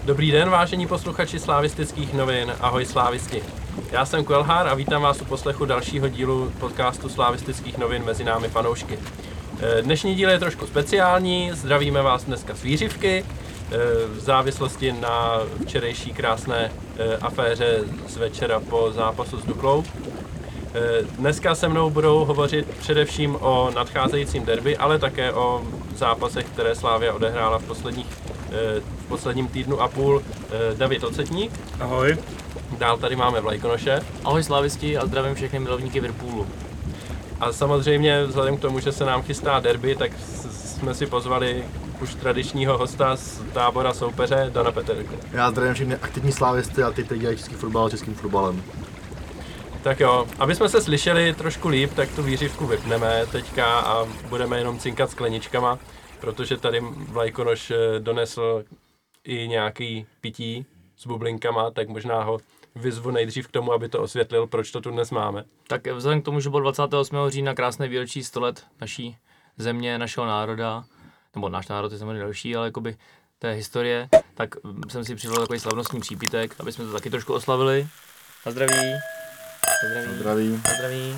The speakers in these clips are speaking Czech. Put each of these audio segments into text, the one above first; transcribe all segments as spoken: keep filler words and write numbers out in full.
Dobrý den, vážení posluchači Slavistických novin, ahoj slávisti. Já jsem Kvelhár a vítám vás u poslechu dalšího dílu podcastu Slavistických novin mezi námi fanoušky. Dnešní díl je trošku speciální, zdravíme vás dneska z Vířivky, v závislosti na včerejší krásné aféře z večera po zápasu s Duklou. Dneska se mnou budou hovořit především o nadcházejícím derby, ale také o zápasech, které Slavia odehrála v, posledních, v posledním týdnu a půl. David Ocetník. Ahoj. Dál tady máme Vlajkonoše. Ahoj slavisti a zdravím všechny milovníky Whirlpoolu. A samozřejmě vzhledem k tomu, že se nám chystá derby, tak jsme si pozvali už tradičního hosta z tábora soupeře, Dana Peterka. Já zdravím všechny aktivní slávisty a ty, kteří dělají český fotbal českým fotbalem. Tak jo, aby jsme se slyšeli trošku líp, tak tu výřivku vypneme teďka a budeme jenom cinkat skleničkama, protože tady Vlajkonoš donesl i nějaký pití s bublinkama, tak možná ho vyzvu nejdřív k tomu, aby to osvětlil, proč to tu dnes máme. Tak vzhledem k tomu, že bylo dvacátého osmého října krásné výročí sto let naší země, našeho národa, nebo náš národ je samozřejmě další, ale jakoby té historie, tak jsem si připravil takový slavnostní přípitek, aby jsme to taky trošku oslavili. Na zdraví. Na zdraví. Zdraví. Na zdraví.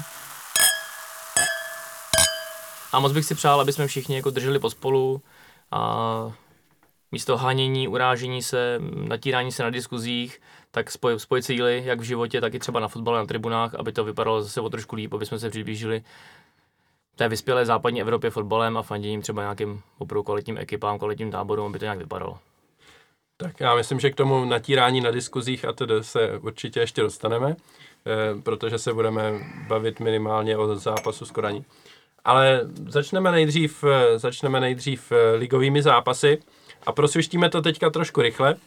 A moc bych si přál, aby jsme všichni jako drželi pospolu a místo hanění, urážení se, natírání se na diskuzích, tak spoj, spojit síly, jak v životě, tak i třeba na fotbale, na tribunách, aby to vypadalo zase o trošku líp, aby jsme se přiblížili té vyspělé západní Evropě fotbalem a fanděním třeba nějakým opravdu kvalitním ekipám, kvalitním táborům, aby to nějak vypadalo. Tak já myslím, že k tomu natírání na diskuzích a tedy se určitě ještě dostaneme, protože se budeme bavit minimálně o zápasu s Kodaní. Ale začneme nejdřív, začneme nejdřív ligovými zápasy a prosvištíme to teďka trošku rychle,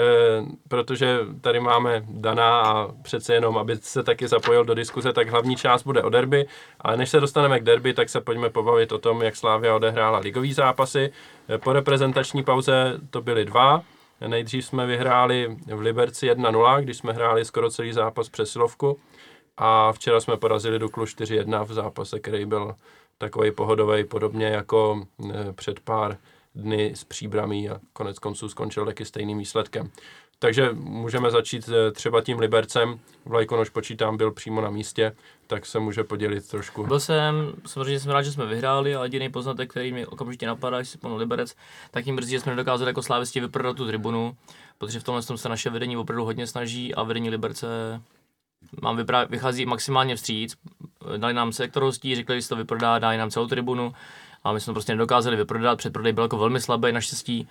protože tady máme Dana a přece jenom, aby se taky zapojil do diskuze, tak hlavní část bude o derby, ale než se dostaneme k derby, tak se pojďme pobavit o tom, jak Slavia odehrála ligový zápasy. Po reprezentační pauze to byly dva. Nejdřív jsme vyhráli v Liberci jedna nula, když jsme hráli skoro celý zápas přesilovku a včera jsme porazili Duklu čtyři jedna v zápase, který byl takový pohodový, podobně jako před pár dny s Příbramí a konec konců skončil taky stejným výsledkem. Takže můžeme začít třeba tím Libercem. Vlajkonoš, počítám, byl přímo na místě, tak se může podělit trošku. Byl jsem, samozřejmě jsem rád, že jsme vyhráli, ale jediný poznatek, který mi okamžitě napadá, když si pomenu Liberec, tak jim mrzí, že jsme nedokázali jako slávisti vyprodat tu tribunu, protože v tomhle tom se naše vedení opravdu hodně snaží a vedení Liberce mám vyprá- vychází maximálně vstříc. Dali nám sektor hostí, řekli, že se to vyprodá, dali nám celou tribunu. A my jsme to prostě nedokázali vyprodat, předprodej byl jako velmi slabý, naštěstí.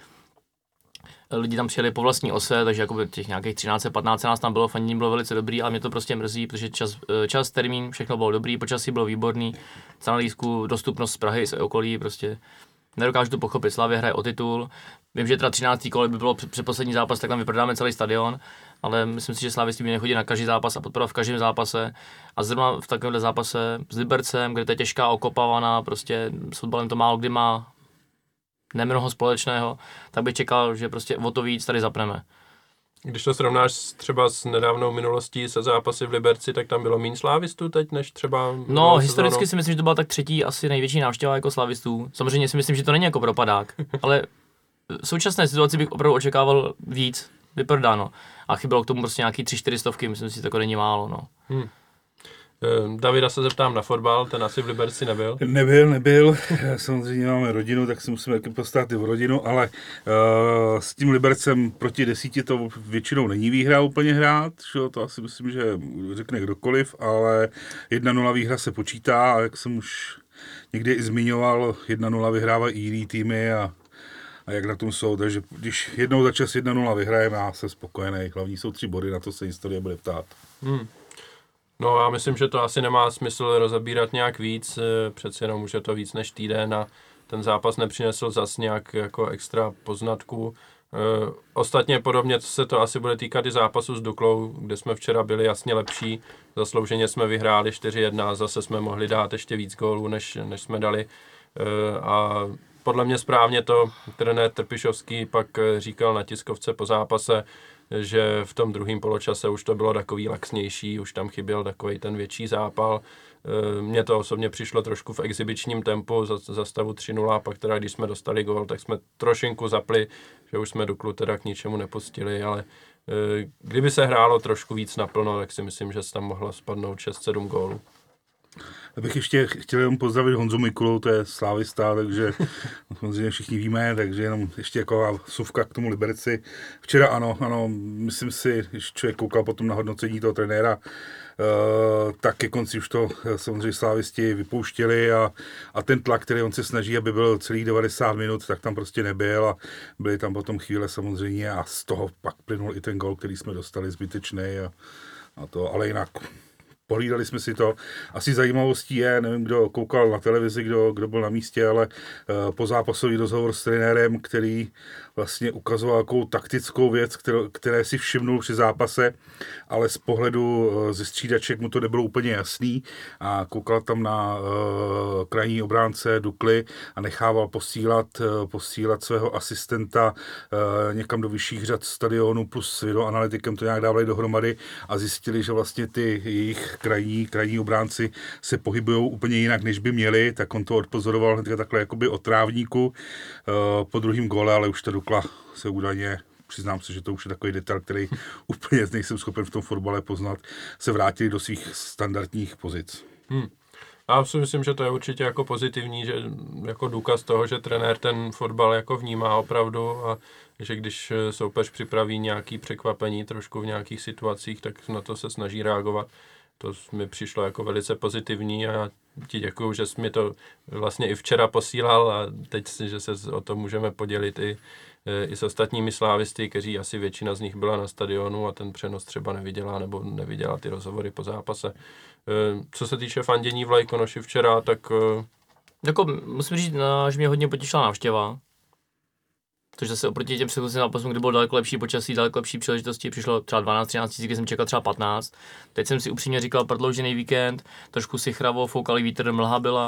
Lidi tam přijeli po vlastní ose, takže jako těch nějakých třináct patnáct nás tam bylo, fanění bylo velice dobrý, ale mě to prostě mrzí, protože čas, čas, termín, všechno bylo dobrý, počasí bylo výborný, cena lístku, dostupnost z Prahy, z okolí, prostě nedokážu to pochopit. Slavia hraje o titul, vím, že teda třináctý kolo by bylo předposlední zápas, tak tam vyprodáme celý stadion, ale myslím si, že Slavisti by nechodí na každý zápas a podporovat v každém zápase. A zrovna v takovémhle zápase s Libercem, kde to je těžká okopávaná, prostě s fotbalem to málo kdy má nemnoho společného, tak bych čekal, že prostě o to víc tady zapneme. Když to srovnáš třeba s nedávnou minulostí se zápasy v Liberci, tak tam bylo méně slávistů teď, než třeba... No, historicky sezónu. Si myslím, že to byla tak třetí asi největší návštěva jako slávistů. Samozřejmě si myslím, že to není jako propadák, ale v současné situaci bych opravdu očekával víc, vyprodáno. A chybělo k tomu prostě nějaký tři čtyři stovky, myslím si, že to není málo, no. Hmm. Davida se zeptám na fotbal, ten asi v Liberci nebyl. Nebyl, nebyl. Samozřejmě máme rodinu, tak si musíme taky postarat i v rodinu, ale uh, s tím Libercem proti desíti to většinou není výhra úplně hrát, že? To asi myslím, že řekne kdokoliv, ale jedna nula výhra se počítá a jak jsem už někdy i zmiňoval, jedna nula vyhrávají i jiný týmy a, a jak na tom jsou, takže když jednou za čas jedna nula vyhrajeme, já jsem spokojený, hlavní jsou tři body, na to se historie bude ptát. Hmm. No já myslím, že to asi nemá smysl rozebírat nějak víc, přeci jenom už je to víc než týden a ten zápas nepřinesl zas nějak jako extra poznatků. E, ostatně podobně se to asi bude týkat i zápasu s Duklou, kde jsme včera byli jasně lepší, zaslouženě jsme vyhráli čtyři jedna, zase jsme mohli dát ještě víc gólů, než, než jsme dali e, a podle mě správně to trenér Trpišovský pak říkal na tiskovce po zápase, že v tom druhém poločase už to bylo takový laxnější, už tam chyběl takový ten větší zápal. Mně to osobně přišlo trošku v exibičním tempu za, za stavu tři nula, pak teda když jsme dostali gól, tak jsme trošinku zapli, že už jsme Duklu teda k ničemu nepustili, ale kdyby se hrálo trošku víc naplno, tak si myslím, že se tam mohlo spadnout šest sedm gólů. Já bych ještě chtěl jenom pozdravit Honzu Mikulu, to je slávista, takže samozřejmě všichni víme, takže jenom ještě jako suvka k tomu Liberci. Včera ano, ano, myslím si, když člověk koukal potom na hodnocení toho trenéra, Uh, tak ke konci už to samozřejmě slávisti vypouštěli a, a ten tlak, který on se snaží, aby byl celých devadesát minut, tak tam prostě nebyl a byly tam potom chvíle samozřejmě a z toho pak plynul i ten gol, který jsme dostali zbytečný a, a to, ale jinak pohlídali jsme si to. Asi zajímavostí je, nevím, kdo koukal na televizi, kdo, kdo byl na místě, ale uh, pozápasový rozhovor s trenérem, který vlastně ukazoval jakou taktickou věc, kterou, které si všimnul při zápase, ale z pohledu uh, ze střídaček mu to nebylo úplně jasný a koukal tam na uh, krajní obránce Dukly a nechával posílat, uh, posílat svého asistenta uh, někam do vyšších řad stadionu plus s videoanalytikem to nějak dávali dohromady a zjistili, že vlastně ty jejich krajní, krajní obránci se pohybují úplně jinak, než by měli, tak on to odpozoroval hned takhle jakoby od trávníku uh, po druhém gole, ale už ta Dukla se údajně, přiznám se, že to už je takový detail, který úplně nejsem schopen v tom fotbale poznat, se vrátili do svých standardních pozic. Hmm. Já si myslím, že to je určitě jako pozitivní, že jako důkaz toho, že trenér ten fotbal jako vnímá opravdu a že když soupeř připraví nějaký překvapení trošku v nějakých situacích, tak na to se snaží reagovat. To mi přišlo jako velice pozitivní a já ti děkuju, že jsi mi to vlastně i včera posílal a teď, že se o tom můžeme podělit i, i s ostatními slávisty, kteří asi většina z nich byla na stadionu a ten přenos třeba neviděla nebo neviděla ty rozhovory po zápase. Co se týče fandění v Lajkonoši včera, tak... Jako musím říct, že mě hodně potěšila návštěva. Což zase oproti těm předchozím zápasům, kdy bylo daleko lepší počasí, daleko lepší příležitosti, přišlo třeba dvanáct třináct tisíc, když jsem čekal třeba patnáct. Teď jsem si upřímně říkal prodloužený víkend, trošku si chravo, foukal vítr, mlha byla.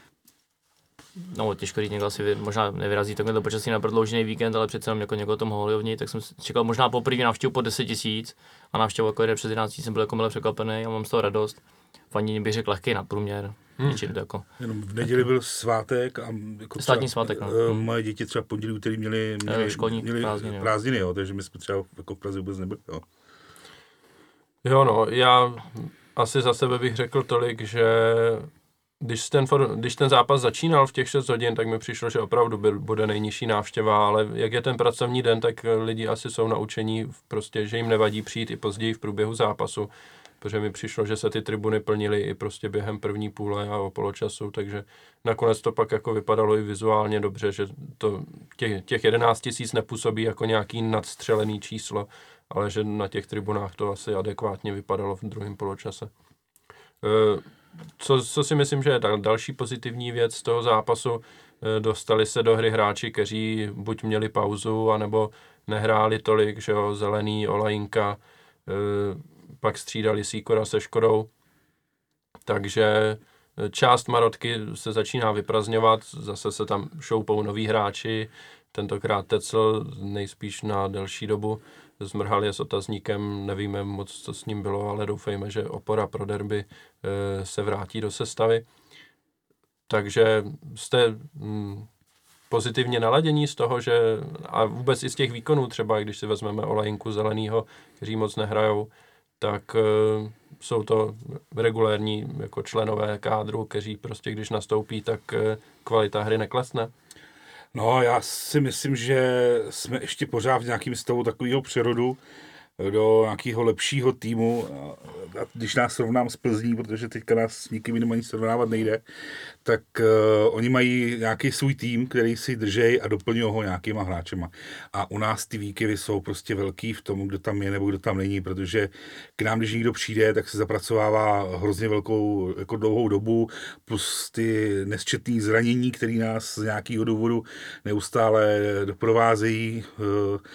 No, těžko říct, někdo asi možná nevyrazí takhle počasí na prodloužený víkend, ale přece jenom jako někdo tom holovní, tak jsem čekal možná poprvé návštěvu po deset tisíc a návštěvu jako jeden přes jedenáct tisíc jsem byl jako milé překvapený a mám z toho radost. Faní bych řekl lehký nadprůměr. Hmm. To jako. Jenom v neděli byl svátek a jako státní třeba, svátek, no. Uh, moje děti třeba pondělí, úterý měli, měli, jo, školní měli prázdniny, prázdniny, jo, takže my jsme třeba jako v Praze vůbec nebyli. Jo. jo no, já asi za sebe bych řekl tolik, že když ten, když ten zápas začínal v těch šest hodin, tak mi přišlo, že opravdu bude nejnižší návštěva, ale jak je ten pracovní den, tak lidi asi jsou naučení, prostě, že jim nevadí přijít i později v průběhu zápasu. Protože mi přišlo, že se ty tribuny plnily i prostě během první půle a o poločasu, takže nakonec to pak jako vypadalo i vizuálně dobře, že to těch, těch jedenáct tisíc nepůsobí jako nějaký nadstřelený číslo, ale že na těch tribunách to asi adekvátně vypadalo v druhém poločase. Co, co si myslím, že je další pozitivní věc z toho zápasu, dostali se do hry hráči, kteří buď měli pauzu, anebo nehráli tolik, že jo, Zelený, Olajinka, pak střídali Sýkora se Škodou, takže část Marotky se začíná vyprazňovat, zase se tam šoupou noví hráči, tentokrát Tecl nejspíš na delší dobu, Zmrhal je s otazníkem, nevíme moc, co s ním bylo, ale doufejme, že opora pro derby se vrátí do sestavy. Takže jste hm, pozitivně naladění z toho, že a vůbec i z těch výkonů třeba, když si vezmeme Olajinku, Zelenýho, kteří moc nehrajou, tak uh, jsou to regulérní jako členové kádru, kteří prostě když nastoupí, tak uh, kvalita hry neklesne. No, já si myslím, že jsme ještě pořád v nějakým stavu takového přerodu do nějakého lepšího týmu. A když nás srovnám s Plzní, protože teďka nás s nikým jiným ani srovnávat nejde, tak uh, oni mají nějaký svůj tým, který si držej a doplňují ho nějakýma hráčema. A u nás ty výkyvy jsou prostě velký v tom, kdo tam je nebo kdo tam není, protože k nám, když někdo přijde, tak se zapracovává hrozně velkou, jako dlouhou dobu, plus ty nesčetné zranění, které nás z nějakého důvodu neustále doprovázejí, uh,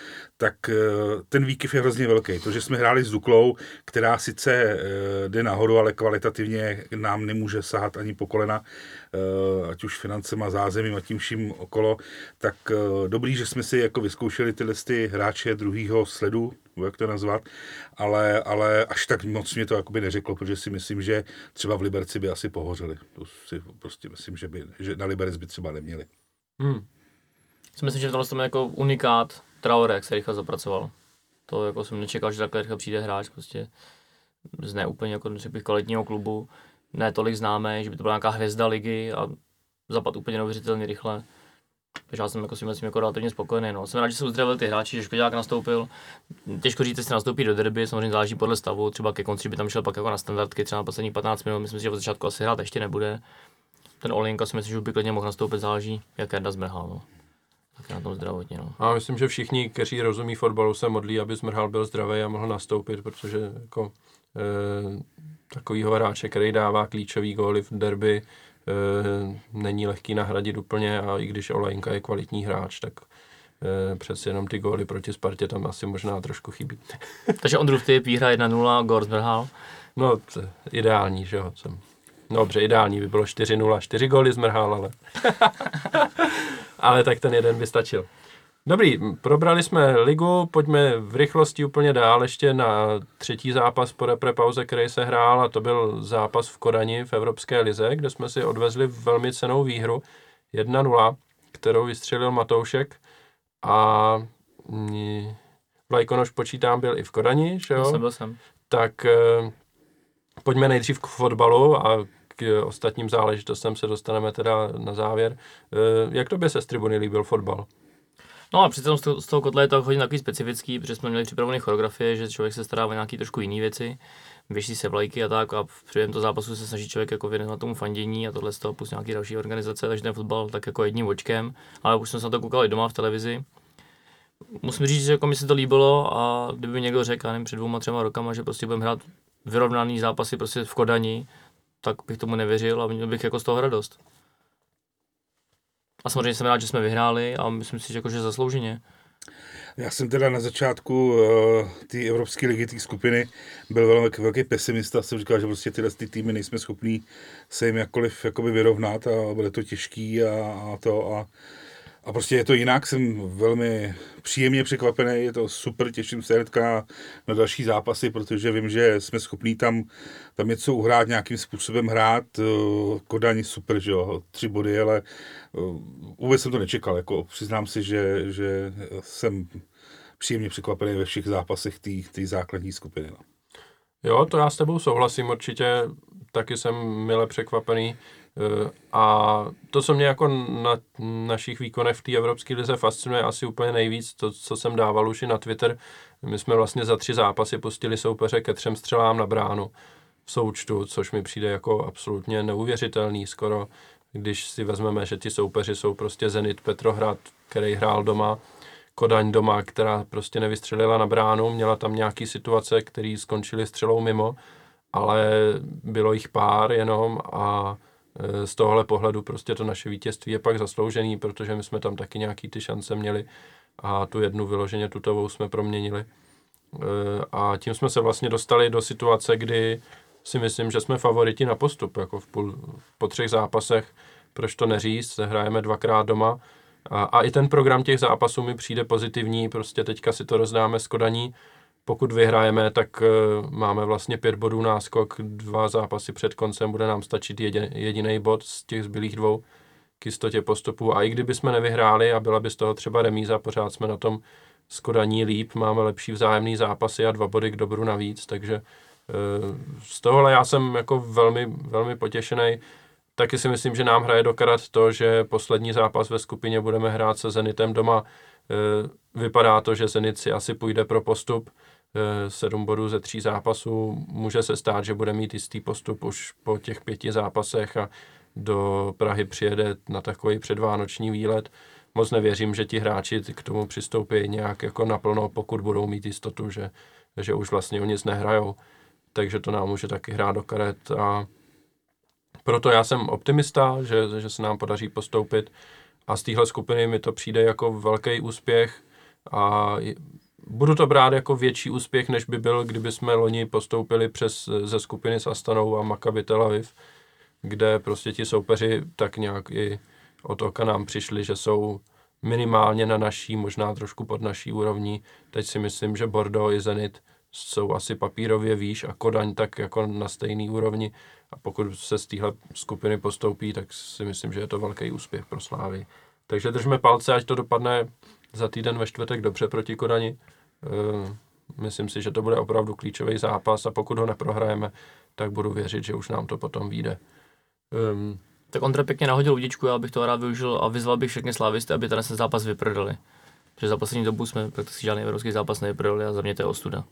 tak ten výkyv je hrozně velký. To, že jsme hráli s Duklou, která sice jde nahoru, ale kvalitativně nám nemůže sahat ani po kolena, ať už financema, zázemím a tím vším okolo, tak dobrý, že jsme si jako vyzkoušeli tyhle ty hráče druhýho sledu, jak to nazvat, ale, ale až tak moc mě to jakoby neřeklo, protože si myslím, že třeba v Liberci by asi pohořeli. To si prostě myslím, že, by, že na Liberec by třeba neměli. Hmm. Si myslím, že tohle je jako unikát Traoré, jak se rychle zapracoval. To jako jsem nečekal, že takhle rychle přijde hráč prostě z ne úplně jako kvalitního klubu, ne tolik známé, že by to byla nějaká hvězda ligy a zapad úplně neuvěřitelně rychle. Takže já jsem jako si myslím jako relativně spokojený. No. Jsem rád, že se uzdravil ty hráči, že Škodák nastoupil. Těžko říct, jestli nastoupí do derby, samozřejmě záleží podle stavu. Třeba ke konci by tam šel pak jako na standardky, třeba na posledních patnáct minut. Myslím si, že od začátku asi hrát ještě nebude. Ten Olinka si myslím, že už by klidně mohl nastoupit, záleží, jak Jarda Zmrhal. No. Tak na tom zdravotně. No. A myslím, že všichni, kteří rozumí fotbalu, se modlí, aby Zmrhal byl zdravý a mohl nastoupit, protože jako e, takovýho hráče, který dává klíčový góly v derby, e, není lehký nahradit úplně, a i když Olejnka je kvalitní hráč, tak e, přeci jenom ty góly proti Spartě tam asi možná trošku chybí. Takže Ondrův typ, výhra jedna nula, gól Zmrhal. No, to je ideální, že jo. Jsem. No dobře, ideální by bylo čtyři nula, čtyři góly Zmrhal, ale... ale tak ten jeden by stačil. Dobrý, probrali jsme ligu, pojďme v rychlosti úplně dál ještě na třetí zápas po repre pauze, který se hrál, a to byl zápas v Kodani v Evropské lize, kde jsme si odvezli velmi cennou výhru jedna nula, kterou vystřelil Matoušek, a mm, Vlajkonoš, počítám, byl i v Kodani, že jo? Jsem, byl jsem. Tak eh, pojďme nejdřív k fotbalu a k ostatním záležitostem se dostaneme teda na závěr. Eh, jak tobě se z tribuny líbil fotbal? No a přece z toho, z toho kotle je to hodně takový specifický, protože jsme měli připravené choreografie, že člověk se stará o nějaké trošku jiné věci, věší se vlajky a tak, a v průběhu toho zápasu se snaží člověk jako věnovat tomu fandění a tohle z toho plus nějaký další organizace, takže ten fotbal tak jako jedním očkem, ale už jsem se na to koukal i doma v televizi. Musím říct, že jako mi se to líbilo, a kdyby někdo řekl, nevím, před dvouma, třema rokama, že prostě budeme hrát vyrovnaný zápasy prostě v Kodani, tak bych tomu nevěřil a měl bych jako z toho radost. A samozřejmě jsem rád, že jsme vyhráli, a myslím si, že, jako, že zaslouženě. Já jsem teda na začátku uh, té Evropské ligy, té skupiny, byl velmi velký pesimista. Jsem říkal, že prostě tyhle ty týmy nejsme schopní se jim jakkoliv jakoby vyrovnat a bude to těžký a, a to a A prostě je to jinak, jsem velmi příjemně překvapený, je to super, těším se hnedka na, na další zápasy, protože vím, že jsme schopní tam, tam něco uhrát, nějakým způsobem hrát. Kodaň super, že jo, tři body, ale vůbec jsem to nečekal, jako přiznám si, že, že jsem příjemně překvapený ve všech zápasech té základní skupiny. No. Jo, to já s tebou souhlasím určitě, taky jsem mile překvapený. A to, co mě jako na našich výkonech v té Evropské lize fascinuje asi úplně nejvíc, to, co jsem dával už i na Twitter, my jsme vlastně za tři zápasy pustili soupeře ke třem střelám na bránu v součtu, což mi přijde jako absolutně neuvěřitelný skoro, když si vezmeme, že ti soupeři jsou prostě Zenit Petrohrad, který hrál doma, Kodaň doma, která prostě nevystřelila na bránu, měla tam nějaký situace, které skončily střelou mimo, ale bylo jich pár jenom, a z tohohle pohledu prostě to naše vítězství je pak zasloužený, protože my jsme tam taky nějaký ty šance měli a tu jednu vyloženě tutovou jsme proměnili. A tím jsme se vlastně dostali do situace, kdy si myslím, že jsme favoriti na postup, jako v půl, po třech zápasech, proč to neříct, hrajeme dvakrát doma. A, a i ten program těch zápasů mi přijde pozitivní, prostě teďka si to rozdáme s Kodaní. Pokud vyhrajeme, tak uh, máme vlastně pět bodů náskok, dva zápasy před koncem, bude nám stačit jedin, jediný bod z těch zbylých dvou k jistotě postupu. A i kdyby jsme nevyhráli a byla by z toho třeba remíza, pořád jsme na tom s Kodaní líp, máme lepší vzájemný zápasy a dva body k dobru navíc, takže uh, z tohohle já jsem jako velmi, velmi potěšený. Taky si myslím, že nám hraje do karat to, že poslední zápas ve skupině budeme hrát se Zenitem doma. Vypadá to, že Zenit si asi půjde pro postup. Sedm bodů ze tří zápasů. Může se stát, že bude mít jistý postup už po těch pěti zápasech a do Prahy přijede na takový předvánoční výlet. Moc nevěřím, že ti hráči k tomu přistoupí nějak jako naplno, pokud budou mít jistotu, že, že už vlastně o nic nehrajou. Takže to nám může taky hrát do karet. A proto já jsem optimista, že, že se nám podaří postoupit. A z téhle skupiny mi to přijde jako velký úspěch a budu to brát jako větší úspěch, než by byl, kdyby jsme loni postoupili přes ze skupiny s Astanou a Maccabi Tel Aviv, kde prostě ti soupeři tak nějak i od oka nám přišli, že jsou minimálně na naší, možná trošku pod naší úrovní. Teď si myslím, že Bordeaux i Zenit jsou asi papírově výš a Kodaň tak jako na stejný úrovni. A pokud se z téhle skupiny postoupí, tak si myslím, že je to velký úspěch pro Slávy. Takže držme palce, ať to dopadne za týden ve čtvrtek dobře proti Kodani. E, myslím si, že to bude opravdu klíčový zápas a pokud ho neprohrajeme, tak budu věřit, že už nám to potom vyjde. Um, Tak Ondra pěkně nahodil udičku, já bych to rád využil a vyzval bych všechny slávisty, aby ten zápas vyprodali. Protože za poslední dobu jsme prakticky žádný evropský zápas nevyprodali a za mě to je ostuda.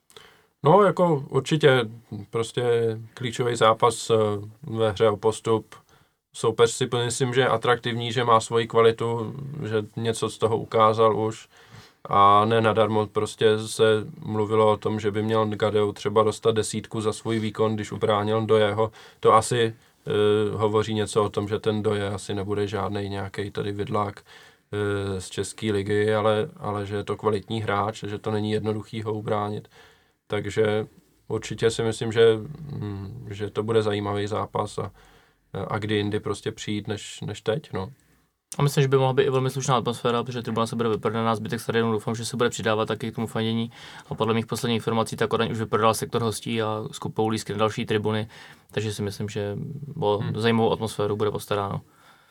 No, jako určitě prostě klíčový zápas ve hře o postup. Soupeř si myslím, že je atraktivní, že má svoji kvalitu, že něco z toho ukázal už. A ne nadarmo prostě se mluvilo o tom, že by měl Gadeu třeba dostat desítku za svůj výkon, když ubránil do jeho. To asi uh, hovoří něco o tom, že ten Doje asi nebude žádnej nějaký tady vidlák uh, z české ligy, ale, ale že je to kvalitní hráč, že to není jednoduchý ho ubránit. Takže určitě si myslím, že, mm, že to bude zajímavý zápas a, a kdy jindy prostě přijít než, než teď, no. A myslím, že by mohla být i velmi slušná atmosféra, protože tribuna se bude vyprodaná, zbytek stadionu doufám, že se bude přidávat taky k tomu fandění. A podle mých posledních informací tak Kodaň už vyprodal sektor hostí a skupou lístky na další tribuny, takže si myslím, že o hmm. zajímavou atmosféru bude postaráno.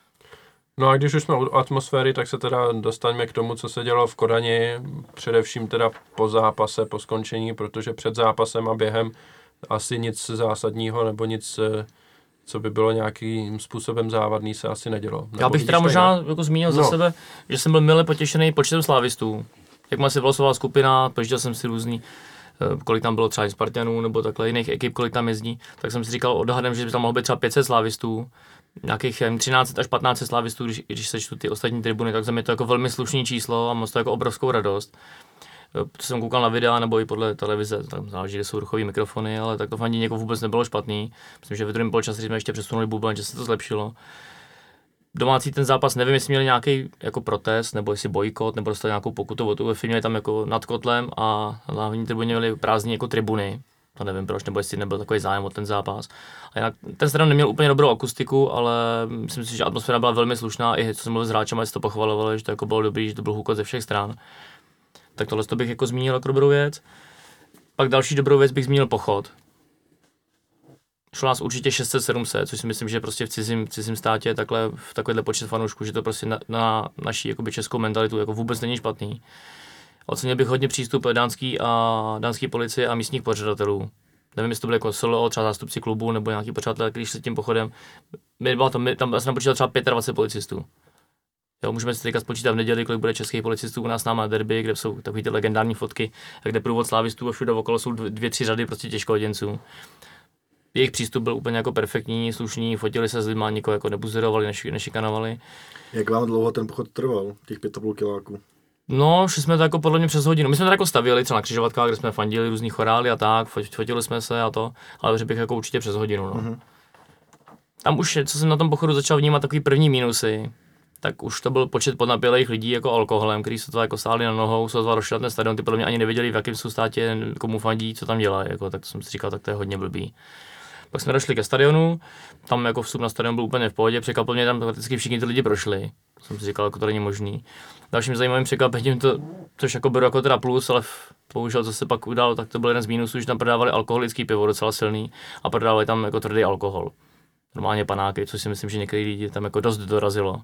No a když už jsme u atmosféry, tak se teda dostaňme k tomu, co se dělo v Kodani, především teda po zápase, po skončení, protože před zápasem a během asi nic zásadního nebo nic, co by bylo nějakým způsobem závadný, se asi nedělo. Nebo Já bych teda možná jako zmínil no. za sebe, že jsem byl mile potěšený počtem slávistů. Jak se vylosovala skupina, požítal jsem si různý, kolik tam bylo třeba Spartanů nebo takhle jiných ekip, kolik tam jezdí, tak jsem si říkal odhadem, že by tam mohlo být třeba pět set slávistů, nějakých třináct až patnáct slávistů, když, když sečtu ty ostatní tribuny, tak za mě to jako velmi slušný číslo a mám to jako obrovskou radost. To jsem koukal na videa nebo i podle televize, tam záleží, kde jsou ruchové mikrofony, ale tak to fandění jako vůbec nebylo špatný. Myslím, že ve druhém poločase jsme ještě přesunuli buben, že se to zlepšilo. Domácí ten zápas, nevím, jestli měli nějaký jako protest, nebo jestli bojkot, nebo dostali nějakou pokutu od U E F I, měli tam jako nad kotlem a na hlavní tribuně měli prázdní jako tribuny. To nevím proč, nebo jestli nebyl takový zájem o ten zápas. A jinak ten stadion neměl úplně dobrou akustiku, ale myslím si, že atmosféra byla velmi slušná, i co jsem mluvil s hráčem, si to pochvalovali, že to jako bylo dobrý, že to byl hukot ze všech stran. Tak tohle to bych jako zmínil jako dobrou věc. Pak další dobrou věc bych zmínil pochod. Šlo nás určitě šest set sedm set, což si myslím, že prostě v cizím, v cizím státě takhle, v takovéhle počet fanoušků, že to prostě na, na naší jakoby českou mentalitu jako vůbec není špatný. Ocenil bych hodně přístup dánský a dánský policie a místních pořadatelů. Nevím, jestli to bylo jako S L O, třeba zástupci klubu nebo nějaký pořadatel, když se tím pochodem. My bylo tam, my, tam jsem napočítal třeba dvacet pět policistů. Jo, můžeme si teďka spočítat v neděli, kolik bude českých policistů u nás náma na derby, kde jsou takové ty legendární fotky, kde průvod slávistů a všude okolo jsou dvě, tři řady prostě těžkoděnců. Jejich přístup byl úplně jako perfektní, slušný, fotili se s lidma, nikoho jako nebuzerovali, neši, nešikanovali. Jak vám dlouho ten pochod trval, těch pět a půl kiláků? No, šli jsme to jako podle mě přes hodinu. My jsme to jako stavili třeba na křižovatkách, kde jsme fandili různý chorály a tak, fotili jsme se a to, ale řekl bych jako určitě přes hodinu. No. Mm-hmm. Tam už, co jsem na tom pochodu začal vnímat takový první mínusy, tak už to byl počet podnapělých lidí jako alkoholem, kteří se to jako stáli na nohou, jsou to rozšel ten stadion, ty podle mě ani nevěděli, v jakém jsou státě, komu fandí, co tam dělají, jako, tak to jsem si říkal, tak to je hodně blbý. Pak jsme došli ke stadionu, tam jako vstup na stadion byl úplně v pohodě, překvapil mě tam prakticky všichni ty lidi prošli. Jsem si říkal, jako to není možný. Dalším zajímavým překvapením, to, což jako beru jako teda plus, ale bohužel co se pak udalo, tak to byl jeden z mínusů, že tam prodávali alkoholický pivo docela silný a prodávali tam jako tvrdý alkohol. Normálně panáky, což si myslím, že některý lidi tam jako dost dorazilo.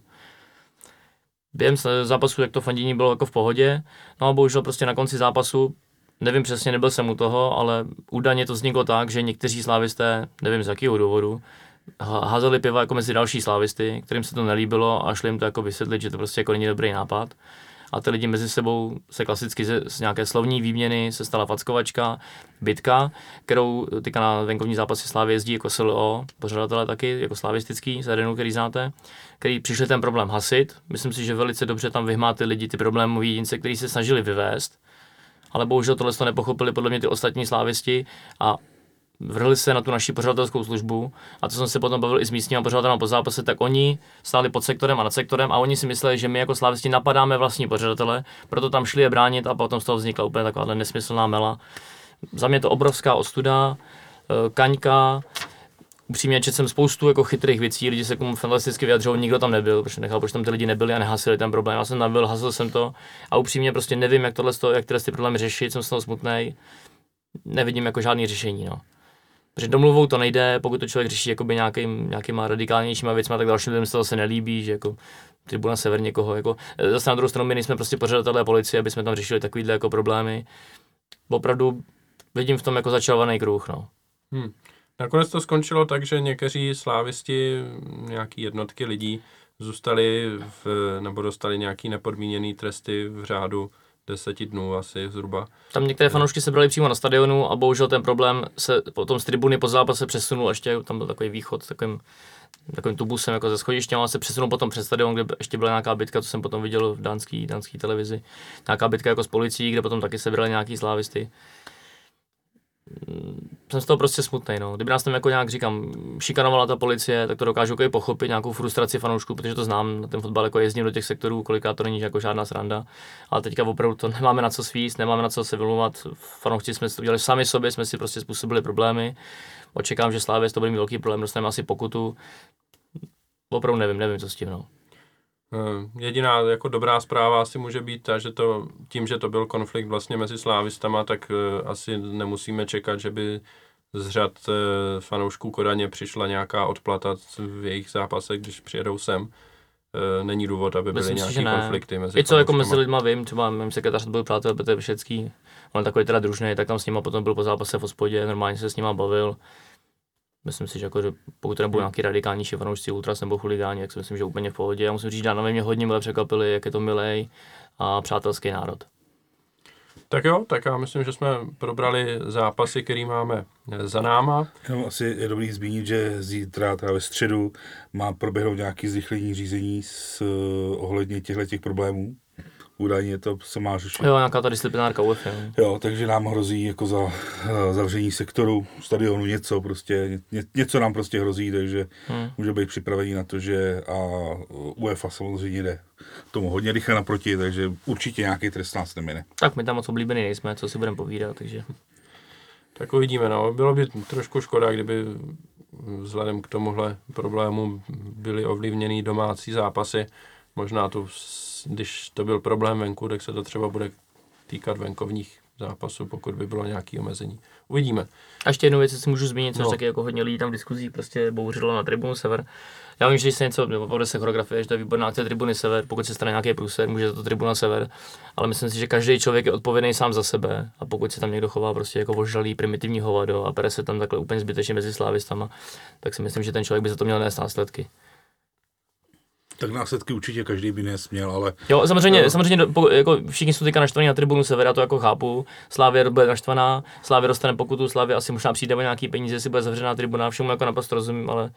Během zápasu, jak to fandění bylo jako v pohodě, no a bohužel prostě na konci zápasu, nevím přesně, nebyl jsem u toho, ale údajně to vzniklo tak, že někteří slávisté, nevím z jakého důvodu, házeli piva jako mezi další slávisty, kterým se to nelíbilo a šli jim to jako vysvětlit, že to prostě jako není dobrý nápad. A ty lidi mezi sebou se klasicky z, z nějaké slovní výměny se stala fackovačka, bitka, kterou teďka na venkovní zápasy Slávy jezdí jako S L O, pořadatelé taky, jako slavistický, z Arenu, který znáte, který přišli ten problém hasit. Myslím si, že velice dobře tam vyhmáty lidi ty problémové jedince, který se snažili vyvést, ale bohužel tohle to nepochopili podle mě ty ostatní slávisti a vrhli se na tu naši pořadatelskou službu a to jsem se potom bavil i s místními pořadatelem po zápase, tak oni stáli pod sektorem a nad sektorem a oni si mysleli, že my jako slávisti napadáme vlastní pořadatele, proto tam šli je bránit a potom z toho vznikla úplně taková nesmyslná mela. Za mě to obrovská ostuda, kaňka, upřímně četl jsem spoustu jako chytrých věcí, lidi se k tomu fantasticky vyjadřují, nikdo tam nebyl, protože nechal, proč tam ty lidi nebyli a nehasili ten problém. Já jsem tam byl, hasil jsem to a upřímně prostě nevím, jak tohle, jak tyhle ty problémy řešit, jsem z toho smutnej, nevidím jako žádný řešení, no. Protože domluvou to nejde, pokud to člověk řeší jakoby nějakým, nějakýma radikálnějšíma věcma, tak dalším lidem se to zase nelíbí, že jako Tribuna Sever někoho, jako zase na druhou stranu my nejsme prostě pořadatelé policie, aby jsme tam řešili takovýhle jako problémy. Opravdu vidím v tom jako začarovaný kruh, no. Hmm. Nakonec to skončilo tak, že někteří slávisti, nějaký jednotky lidí, zůstali v, nebo dostali nějaký nepodmíněný tresty v řádu deseti dnů asi zhruba. Tam některé fanoušky se brali přímo na stadionu a bohužel ten problém se potom z tribuny po zápase přesunul, ještě tam byl takový východ takovým, takovým tubusem jako ze schodiště, ale se přesunul potom přes stadion, kde ještě byla nějaká bitka, to jsem potom viděl v dánský, dánský televizi. Nějaká bitka jako s policií, kde potom taky se brali nějaký slávisty. Jsem z toho prostě smutnej, no. Kdyby nás tam jako nějak, říkám, šikanovala ta policie, tak to dokážu jako i pochopit, nějakou frustraci fanoušků, protože to znám, na ten fotbal jako jezdím do těch sektorů, kolikrát to není jako žádná sranda, ale teďka opravdu to nemáme na co svíst, nemáme na co se vylumovat, fanoušci jsme si to udělali sami sobě, jsme si prostě způsobili problémy, očekám, že Slavia to bude mít velký problém, dostaneme asi pokutu, opravdu nevím, nevím, co s tím, no. Jediná jako dobrá zpráva asi může být ta, že to, tím, že to byl konflikt vlastně mezi slávistama, tak uh, asi nemusíme čekat, že by z řad uh, fanoušků Kodaně přišla nějaká odplata v jejich zápasech, když přijedou sem. Uh, není důvod, aby byly Myslím nějaké si, konflikty mezi I co jako fanouškama. mezi lidma vím, třeba mým sekretář byl přátel Petr Všecký, on takový teda družný, tak tam s nima potom byl po zápase v hospodě, normálně se s nima bavil. Myslím si, že, jako, že pokud to nebudou nějaký radikálnější fanoušci ultras nebo chuligáni, tak si myslím, že úplně v pohodě. Já musím říct, že Dánové mě hodně mile překvapili, jak je to milej a přátelský národ. Tak jo, tak já myslím, že jsme probrali zápasy, který máme za náma. No, asi je dobrý zmínit, že zítra, teda ve středu, má proběhnout nějaké zrychlení řízení s, uh, ohledně těchto problémů. Údajně to se má řešit. Jo, nějaká ta disciplinárka U E F I. Jo, takže nám hrozí jako za uh, zavření sektoru, stadionu něco prostě, ně, něco nám prostě hrozí, takže hmm. může být připravený na to, že a UEFA samozřejmě jde tomu hodně rychle naproti, takže určitě nějaký trest nás nemine. Tak my tam moc oblíbený nejsme, co si budeme povídat, takže... Tak uvidíme, no. Bylo by trošku škoda, kdyby vzhledem k tomuhle problému byly ovlivněný domácí zápasy. Možná to, když to byl problém venku, tak se to třeba bude týkat venkovních zápasů, pokud by bylo nějaké omezení. Uvidíme. A ještě jednu věc, si můžu zmínit, což no. taky jako hodně lidí tam v diskuzích prostě bouřilo na Tribunu Sever. Já vím, že když se něco, nebo povede se choreografie, že to je výborná akce Tribuny Sever, pokud se stane nějaký průser, může to Tribuna Sever, ale myslím si, že každý člověk je odpovědný sám za sebe a pokud se tam někdo chová prostě jako ožralý primitivní hovado a pere se tam takhle úplně zbytečně mezi slávistama, tak si myslím, že ten člověk by za to měl nést následky. Tak následky určitě každý by nesměl, ale... Jo, samozřejmě, no. samozřejmě jako všichni jsou teďka naštvaní na Tribunu Sever, já to jako chápu. Slavia bude naštvaná, Slavia dostane pokutu, Slavia asi možná přijde o nějaký peníze, si bude zavřená tribuna, všemu jako naprosto rozumím, ale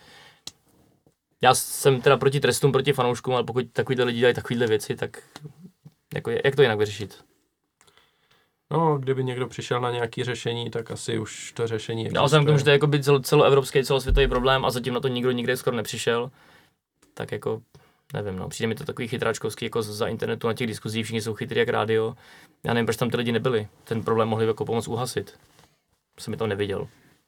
já jsem teda proti trestům, proti fanouškům, ale pokud takovýhle lidi dělají takovýhle věci, tak jako jak to jinak vyřešit? No, kdyby někdo přišel na nějaké řešení, tak asi už to řešení existuje. Já jsem k tomu, že to je jako by celo, celoevropský, celosvětový problém a zatím na to nikdo nikde skoro nepřišel, tak jako nevím, no, přijde mi to takový chytráčkovský, jako za internetu na těch diskuzích, všichni jsou chytrý jak rádio. Já nevím, proč tam ty lidi nebyli. Ten problém mohli jako pomoct uhasit. Jsem mi tam neviděl.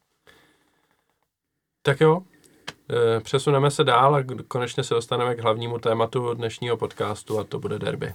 Tak jo, přesuneme se dál a konečně se dostaneme k hlavnímu tématu dnešního podcastu a to bude derby.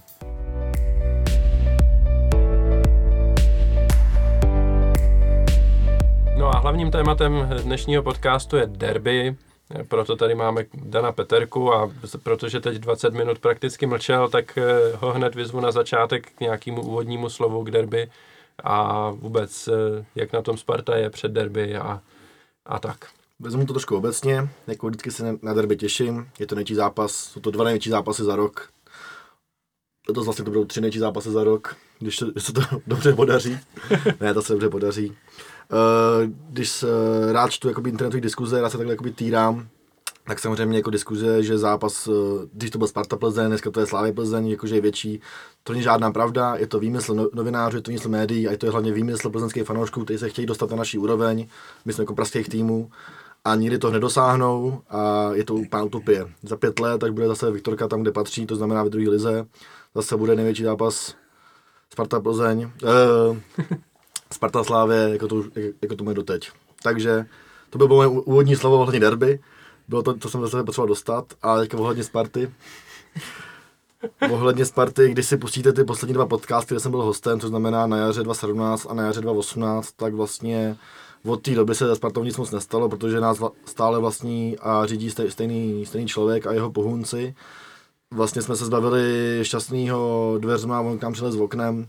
No a hlavním tématem dnešního podcastu je derby. Proto tady máme Dana Peterku a protože teď dvacet minut prakticky mlčel, tak ho hned vyzvu na začátek k nějakému úvodnímu slovu k derby a vůbec jak na tom Sparta je před derby a, a tak. Vezmu to trošku obecně, jako vždycky se na derby těším, je to největší zápas, jsou to dva největší zápasy za rok. To vlastně to budou tři největší zápasy za rok, když se, když se to dobře podaří. Ne, to se dobře podaří. Uh, když se rád čtu jakoby internetové diskuze, rád se takhle jakoby týrám, tak samozřejmě jako diskuze, že zápas, když to byl Sparta Plzeň, dneska to je Slavia Plzeň, jakože je větší, to není žádná pravda, je to výmysl novinářů, je to výmysl médií a je to hlavně výmysl plzeňských fanoušků, kteří se chtějí dostat na naší úroveň, my jsme jako pražských týmů a nikdy to nedosáhnou a je to úplná utopie. Za pět let tak bude zase Viktorka tam, kde patří, to znamená v druhé lize, zase bude největší zápas Sparta Plzeň, eh, Sparta Slavie, jako to, jako to máme doteď. Takže to bylo moje úvodní slovo ohledně derby. Bylo to, co jsem zase potřeboval dostat, a teďka ohledně Sparty. Ohledně Sparty, když si pustíte ty poslední dva podcasty, kde jsem byl hostem, což znamená na jaře dva tisíce sedmnáct a na jaře dva tisíce osmnáct, tak vlastně od té doby se za Spartou nic moc nestalo, protože nás stále vlastní a řídí stejný, stejný člověk a jeho pohůnci. Vlastně jsme se zbavili šťastného dveřma, on k nám přilez v oknem.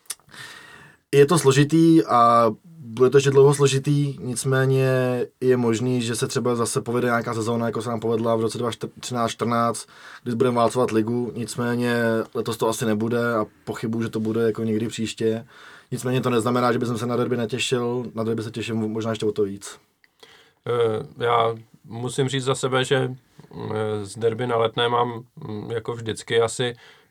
Je to složitý a bude to ještě dlouho složitý, nicméně je možný, že se třeba zase povede nějaká sezóna, jako se nám povedla v roce dva tisíce třináct čtrnáct, kdy budeme válcovat ligu, nicméně letos to asi nebude a pochybuju, že to bude jako někdy příště. Nicméně to neznamená, že bych se na derby netěšil, na derby se těším možná ještě o to víc. Já musím říct za sebe, že z derby na Letné mám jako vždycky asi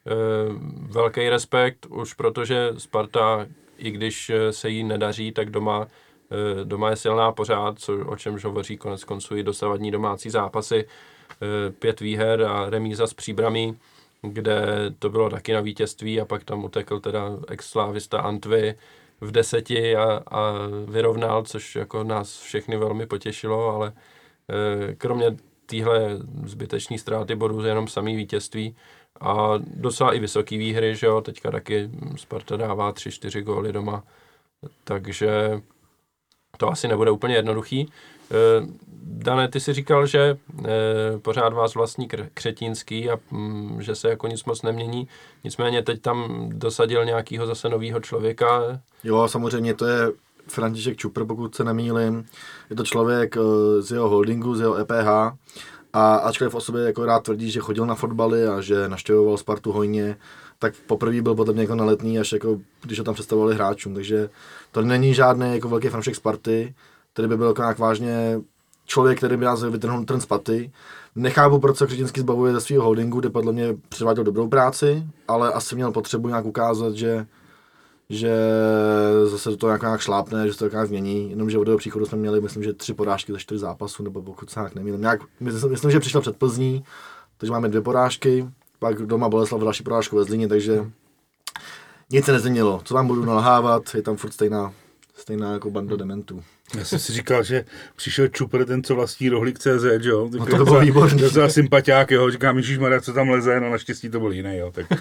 velký respekt, už protože Sparta, i když se jí nedaří, tak doma, doma je silná pořád, co, o čemž hovoří konec konců i dosavadní domácí zápasy, pět výher a remíza s Příbramí, kde to bylo taky na vítězství a pak tam utekl teda ex-slávista Antvi v deseti a, a vyrovnal, což jako nás všechny velmi potěšilo, ale kromě téhle zbytečné ztráty bodů jenom samý vítězství a docela i vysoký výhry, že jo, teďka taky Sparta dává tři čtyři góly doma, takže to asi nebude úplně jednoduchý. E, Dane, ty si říkal, že e, pořád vás vlastní Křetínský a m, že se jako nic moc nemění, nicméně teď tam dosadil nějakýho zase novýho člověka. Jo, samozřejmě to je František Čupr, pokud se nemýlim. Je to člověk z jeho holdingu, z jeho E P H. A ačkoliv o sobě jako rád tvrdí, že chodil na fotbaly a že navštěvoval Spartu hojně, tak poprvé byl podle mě jako na Letný, až jako, když ho tam představovali hráčům. Takže to není žádný jako velký fanoušek Sparty, který by byl jako nějak vážně člověk, který by nás vytrhnul trn z paty. Nechápu, proč se Křetínský zbavuje ze svého holdingu, kde podle mě předváděl dobrou práci, ale asi měl potřebu nějak ukázat, že že zase do toho nějak, nějak šlápne, že se to nějak změní, jenomže od jeho příchodu jsme měli, myslím, že tři porážky za čtyři zápasů, nebo pokud se nějak nemýlím. Nějak, myslím, myslím, že přišel před Plzní, takže máme dvě porážky, pak doma Boleslav další porážku ve Zlíně, takže nic se nezměnilo. Co vám budu nalhávat, je tam furt stejná, stejná jako banda dementů. Já jsem si říkal, že přišel Čupr, ten co vlastní rohlík tečka cé zet, jo? No to bylo výborný. To byl sympatiák, jo? Říkám, ježišmarja, co tam leze, no naštěstí to byl jiný, jo? Tak...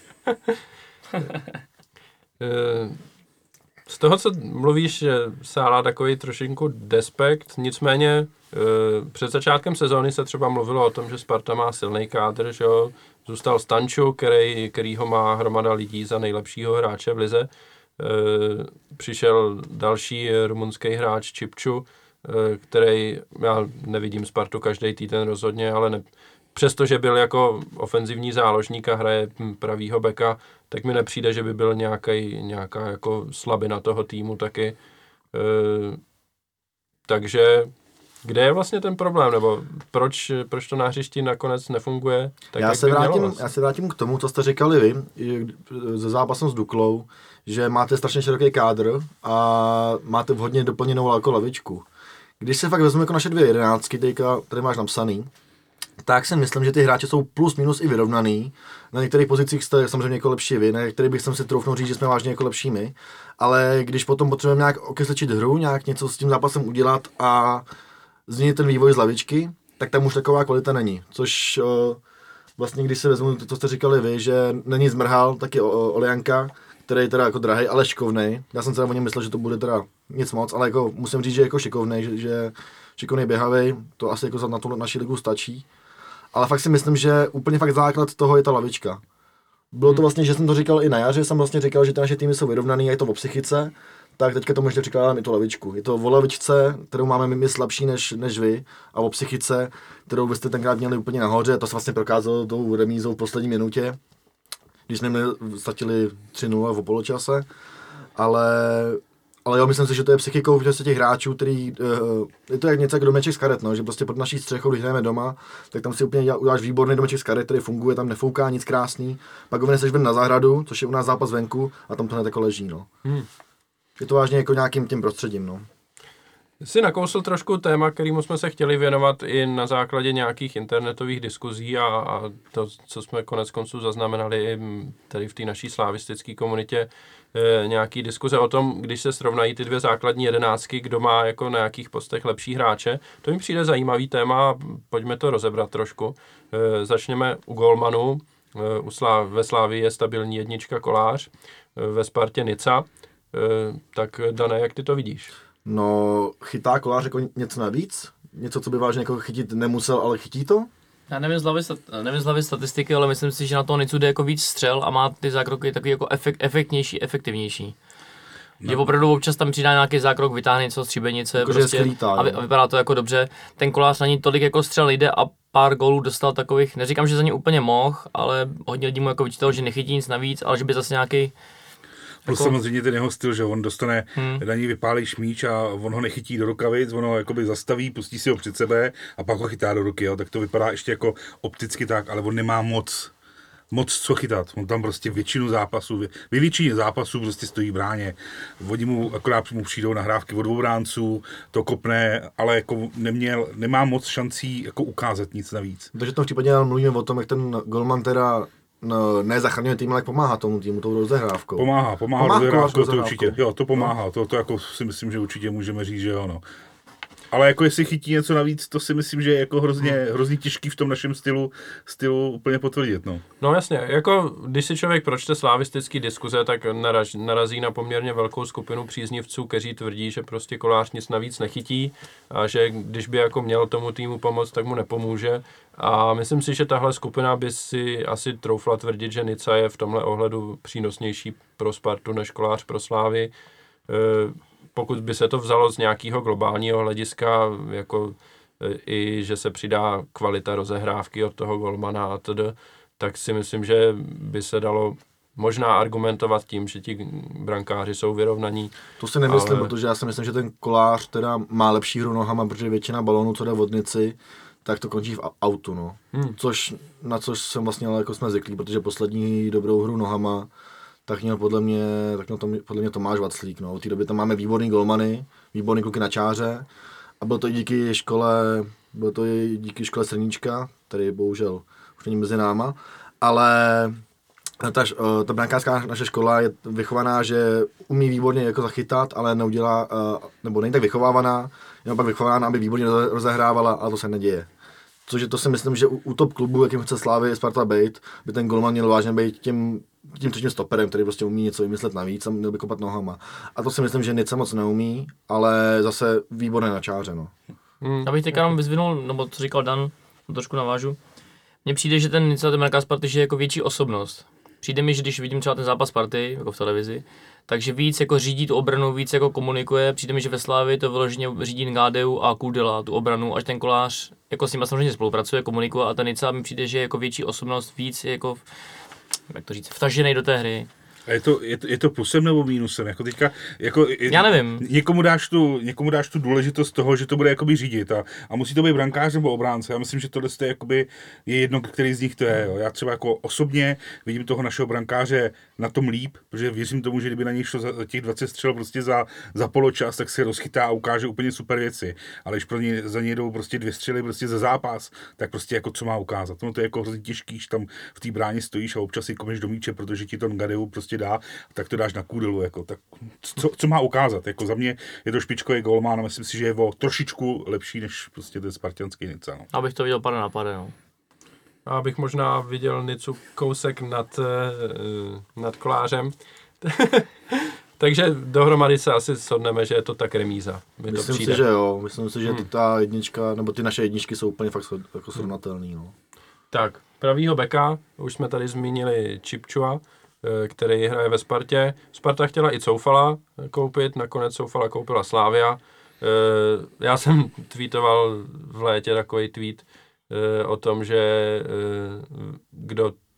Z toho, co mluvíš, sála takový trošinku despekt, nicméně před začátkem sezóny se třeba mluvilo o tom, že Sparta má silný kádr, že jo? Zůstal Stanču, který, který ho má hromada lidí za nejlepšího hráče v lize. Přišel další rumunský hráč Čipču, který, já nevidím Spartu každý týden rozhodně, ale ne, přestože byl jako ofenzivní záložník a hraje pravýho beka, tak mi nepřijde, že by byl nějaký, nějaká jako slabina toho týmu taky. E, takže kde je vlastně ten problém, nebo proč, proč to na hřišti nakonec nefunguje? Tak, já, se vrátím, já se vrátím k tomu, co jste říkali vy, ze zápasem s Duklou, že máte strašně široký kádr a máte vhodně doplněnou jako lavičku. Když se fakt vezmu jako naše dvě jedenáctky, teďka, tady máš napsaný, tak si myslím, že ty hráči jsou plus minus i vyrovnaný. Na některých pozicích jste samozřejmě jako lepší vy, na některých bych si troufnul říct, že jsme vážně jako lepší my. Ale když potom potřebujeme nějak okysličit hru, nějak něco s tím zápasem udělat a změnit ten vývoj z lavičky, tak tam už taková kvalita není. Což o, vlastně, když si vezmu to, co jste říkali vy, že není Zmrhal, taky Olejanka, který je teda jako drahej, ale šikovnej. Já jsem se o něm myslel, že to bude teda nic moc, ale jako musím říct, že je jako šikovnej, že, že šikovnej běhavej, to asi jako na tu naši ligu stačí. Ale fakt si myslím, že úplně fakt základ toho je ta lavička. Bylo to vlastně, že jsem to říkal i na jaře, jsem vlastně říkal, že ty naše týmy jsou vyrovnaný, a je to o psychice, tak teďka to možná přikládám i tu lavičku. Je to o lavičce, kterou máme my slabší než, než vy, a o psychice, kterou vy jste tenkrát měli úplně nahoře, to se vlastně prokázalo tou remízou v poslední minutě, když jsme statili tři nula v poločase, ale ale jo, myslím si, že to je psychikou prostě těch hráčů, který, uh, je to jak něco jak domeček z karet, no, že prostě pod naší střechou, když hrajeme doma, tak tam si úplně dělá, uděláš výborný domeček z karet, který funguje, tam nefouká nic krásný, pak ho vyneseš ven na zahradu, což je u nás zápas venku a tam to hned jako leží, no. Hmm. Je to vážně jako nějakým tím prostředím, no. Jsi nakousl trošku téma, kterému jsme se chtěli věnovat i na základě nějakých internetových diskuzí a, a to, co jsme konec konců zaznamenali tady v té naší slavistické komunitě, e, nějaký diskuze o tom, když se srovnají ty dvě základní jedenáctky, kdo má jako na jakých postech lepší hráče. To mi přijde zajímavý téma, pojďme to rozebrat trošku. E, začněme u golmanů. E, u Slá, ve Slávii je stabilní jednička Kolář, e, ve Spartě Nica. E, tak Dané, jak ty to vidíš? No, chytá Kolář jako něco navíc? Něco, co by vážně jako chytit nemusel, ale chytí to? Já nevím z hlavy, nevím z hlavy statistiky, ale myslím si, že na toho Nicu jde jako víc střel a má ty zákroky takový jako efekt, efektnější, efektivnější. No. Že opravdu občas tam přidá nějaký zákrok, vytáhne něco, stříbenice jako prostě skrytá, a, vy, a vypadá to jako dobře. Ten Kolář na ní tolik jako střel jde a pár gólů dostal takových, neříkám, že za ně úplně mohl, ale hodně lidí mu jako vyčítalo, že nechytí nic navíc, ale že by zase nějaký. Plus jako... samozřejmě ten jeho styl, že on dostane, hmm. na ní vypálí šmíč a on ho nechytí do rukavic, on ho jakoby zastaví, pustí si ho před sebe a pak ho chytá do ruky, jo. Tak to vypadá ještě jako opticky tak, ale on nemá moc, moc co chytat. On tam prostě většinu zápasů, ve většině zápasů prostě stojí v bráně. Oni mu akorát mu přijdou nahrávky od obránců, to kopne, ale jako neměl, nemá moc šancí jako ukázat nic navíc. Takže v tom případě mluvíme o tom, jak ten golman teda no, ne zachraňuje tým, ale pomáhá tomu týmu tou rozehrávkou. Pomáhá, pomáhá, pomáhá rozehrávkou, to určitě, jo, to pomáhá, no. to, to jako si myslím, že určitě můžeme říct, že jo, no. Ale jako jestli chytí něco navíc, to si myslím, že je jako hrozně, hrozně těžký v tom našem stylu, stylu úplně potvrdit, no. No jasně, jako když si člověk pročte slavistický diskuze, tak naraz, narazí na poměrně velkou skupinu příznivců, kteří tvrdí, že prostě Kolář nic navíc nechytí a že když by jako měl tomu týmu pomoct, tak mu nepomůže. A myslím si, že tahle skupina by si asi troufla tvrdit, že Nica je v tomhle ohledu přínosnější pro Spartu než Kolář pro Slávy. E, pokud by se to vzalo z nějakého globálního hlediska, jako i že se přidá kvalita rozehrávky od toho golmana a td., tak si myslím, že by se dalo možná argumentovat tím, že ti brankáři jsou vyrovnaní. To si nemyslím, ale... protože já si myslím, že ten Kolář teda má lepší hru nohama, protože většina balónů, co jde v Nici, tak to končí v autu, no. Hmm. Což, na což jsem vlastně, ale jako jsme zvyklí, protože poslední dobrou hru nohama tak měl podle mě, tak měl to, podle mě Tomáš Vaclík, no. V té době tam máme výborný golmany, výborný kluky na čáře a bylo to i díky škole, bylo to i díky škole Srníčka, který bohužel už není mezi náma, ale ta, ta brankářská naše škola je vychovaná, že umí výborně jako zachytat, ale neudělá, nebo není tak vychovávaná, jenom pak vychovávána, aby výborně rozehrávala a to se neděje. Což je to si myslím, že u, u top klubu, jakým chce Slávy Sparta být, by ten golman měl vážně být tím, tím třetím stoperem, který prostě umí něco vymyslet navíc a měl by kopat nohama. A to si myslím, že Nica moc neumí, ale zase výborné na čáře, no. Hmm. Abych teďka jenom vyzvinul, nebo co říkal Dan, trošku navážu. Mně přijde, že ten Nica, ten brankář Sparty, že je jako větší osobnost. Přijde mi, že když vidím třeba ten zápas Sparty, jako v televizi, takže víc jako řídí tu obranu, víc jako komunikuje. Přijde mi, že ve Slávii to vyloženě řídí Ngádeu a Kudela, tu obranu, až ten Kolář jako s nimi samozřejmě spolupracuje, komunikuje a ten Nica mi přijde, že je jako větší osobnost, víc jako, jak to říct, vtažený do té hry. A je to, je, to, je to plusem nebo mínusem? Jako teďka, jako, já nevím. Někomu dáš, tu, někomu dáš tu důležitost toho, že to bude jakoby řídit a, a musí to být brankář nebo obránce. Já myslím, že tohle je, jakoby, je jedno, který z nich to je. Jo. Já třeba jako osobně vidím toho našeho brankáře na tom líp, protože věřím tomu, že kdyby na něj šlo za těch dvacet střel prostě za, za poločas, tak se rozchytá a ukáže úplně super věci. Ale když pro ně, za něj jdou prostě dvě střely prostě za zápas, tak prostě jako co má ukázat. No to je jako hrozně těžký, že tam v té bráně stojíš a občas si komeš do míče, protože ti to Ngádeu prostě dá, tak to dáš na Kudelu, jako, tak co, co má ukázat, jako za mě je to špičkový golman a myslím si, že je o trošičku lepší než prostě ten spartianský Nica, no. Abych to viděl pade na pade, no. A abych možná viděl Nicu kousek nad, nad Kolářem. Takže dohromady se asi shodneme, že je to tak remíza. Myslím si, že jo, myslím si, že hmm. ta jednička, nebo ty naše jedničky jsou úplně fakt jako srovnatelný, no. Tak, pravýho beka, už jsme tady zmínili Čipčua, který hraje ve Spartě. Sparta chtěla i Coufala koupit, nakonec Coufala koupila Slavia. Já jsem tweetoval v létě takový tweet o tom, že kdo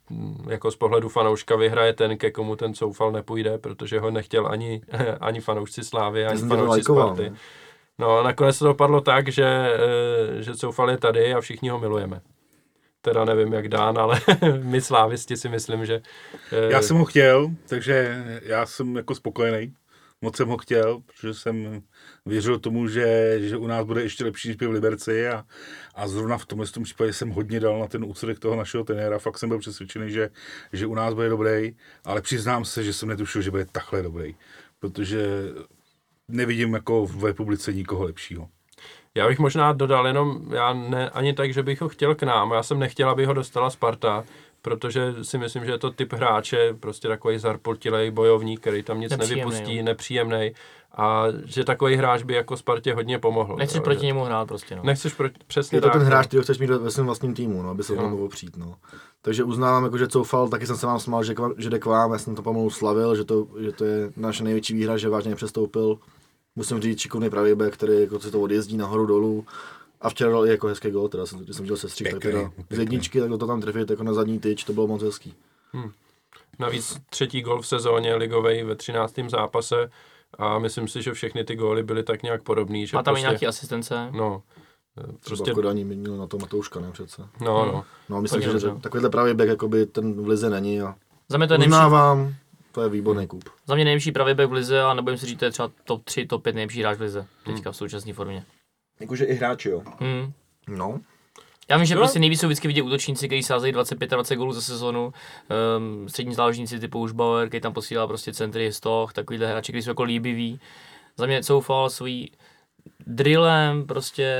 jako z pohledu fanouška vyhraje ten, ke komu ten Coufal nepůjde, protože ho nechtěl ani, ani fanoušci Slávy, ani fanoušci Sparty. No a nakonec to dopadlo tak, že, že Coufal je tady a všichni ho milujeme. Teda nevím jak Dán, ale my slávisti si myslím, že... Já jsem ho chtěl, takže já jsem jako spokojený. Moc jsem ho chtěl, protože jsem věřil tomu, že, že u nás bude ještě lepší než v Liberci a, a zrovna v tomhle tom případě jsem hodně dal na ten úsudek toho našeho trenéra. Fakt jsem byl přesvědčený, že, že u nás bude dobrý, ale přiznám se, že jsem netušil, že bude takhle dobrý, protože nevidím jako v republice nikoho lepšího. Já bych možná dodal jenom, já ne, ani tak, že bych ho chtěl k nám, já jsem nechtěl, aby ho dostala Sparta, protože si myslím, že je to typ hráče, prostě takový zarpultilej bojovník, který tam nic nepříjemnej, nevypustí, jo. nepříjemnej a že takový hráč by jako Spartě hodně pomohl. Nechceš jo, proti že... němu hrát prostě, no. Nechceš proti, přesně je to tak. ten hráč, no. který chceš mít ve svém vlastním týmu, no, aby se o tom mohl opřít, no. Takže uznávám, jako, že Coufal, taky jsem se vám smál, že, že jde k vám, já jsem to pomalu slavil, že to, že to je naše největší výhra, že vážně nepřestoupil. Musím říct, šikovný pravý back, který jako si to odjezdí nahoru dolů. A včera dal i jako hezký gól, teda jsem, když jsem viděl sestřih, tak teda z jedničky, tak to tam trefit jako na zadní tyč, to bylo moc hezký. Hmm. Navíc třetí gól v sezóně ligovej ve třináctém zápase a myslím si, že všechny ty góly byly tak nějak podobný. Že a tam prostě, i nějaký asistence. No, Prostě... prostě... Třeba v Kodani měl na to Matouška, ne přece. No, no. No myslím Hodně si, že dobře. takovýhle pravý back jakoby ten v lize není a Za mě to je nejlepší, uznávám, to je výborný kup. za mě nejlepší pravý back v lize a nebojím si říct, to je třeba top tři, top pět nejlepší hráč v lize. Teďka v současné formě. Jakože i hráči, jo. Hmm. No. Já vím, že No. prostě nejvíc jsou vždycky vidět útočníci, kteří sázejí dvacet pět dvacet gólů za sezonu, um, střední záložníci typu Užbauer, který tam posílá prostě centry, stoch, takovýhle hráči, kteří jsou jako líbiví. Za mě Coufal svůj drillem prostě,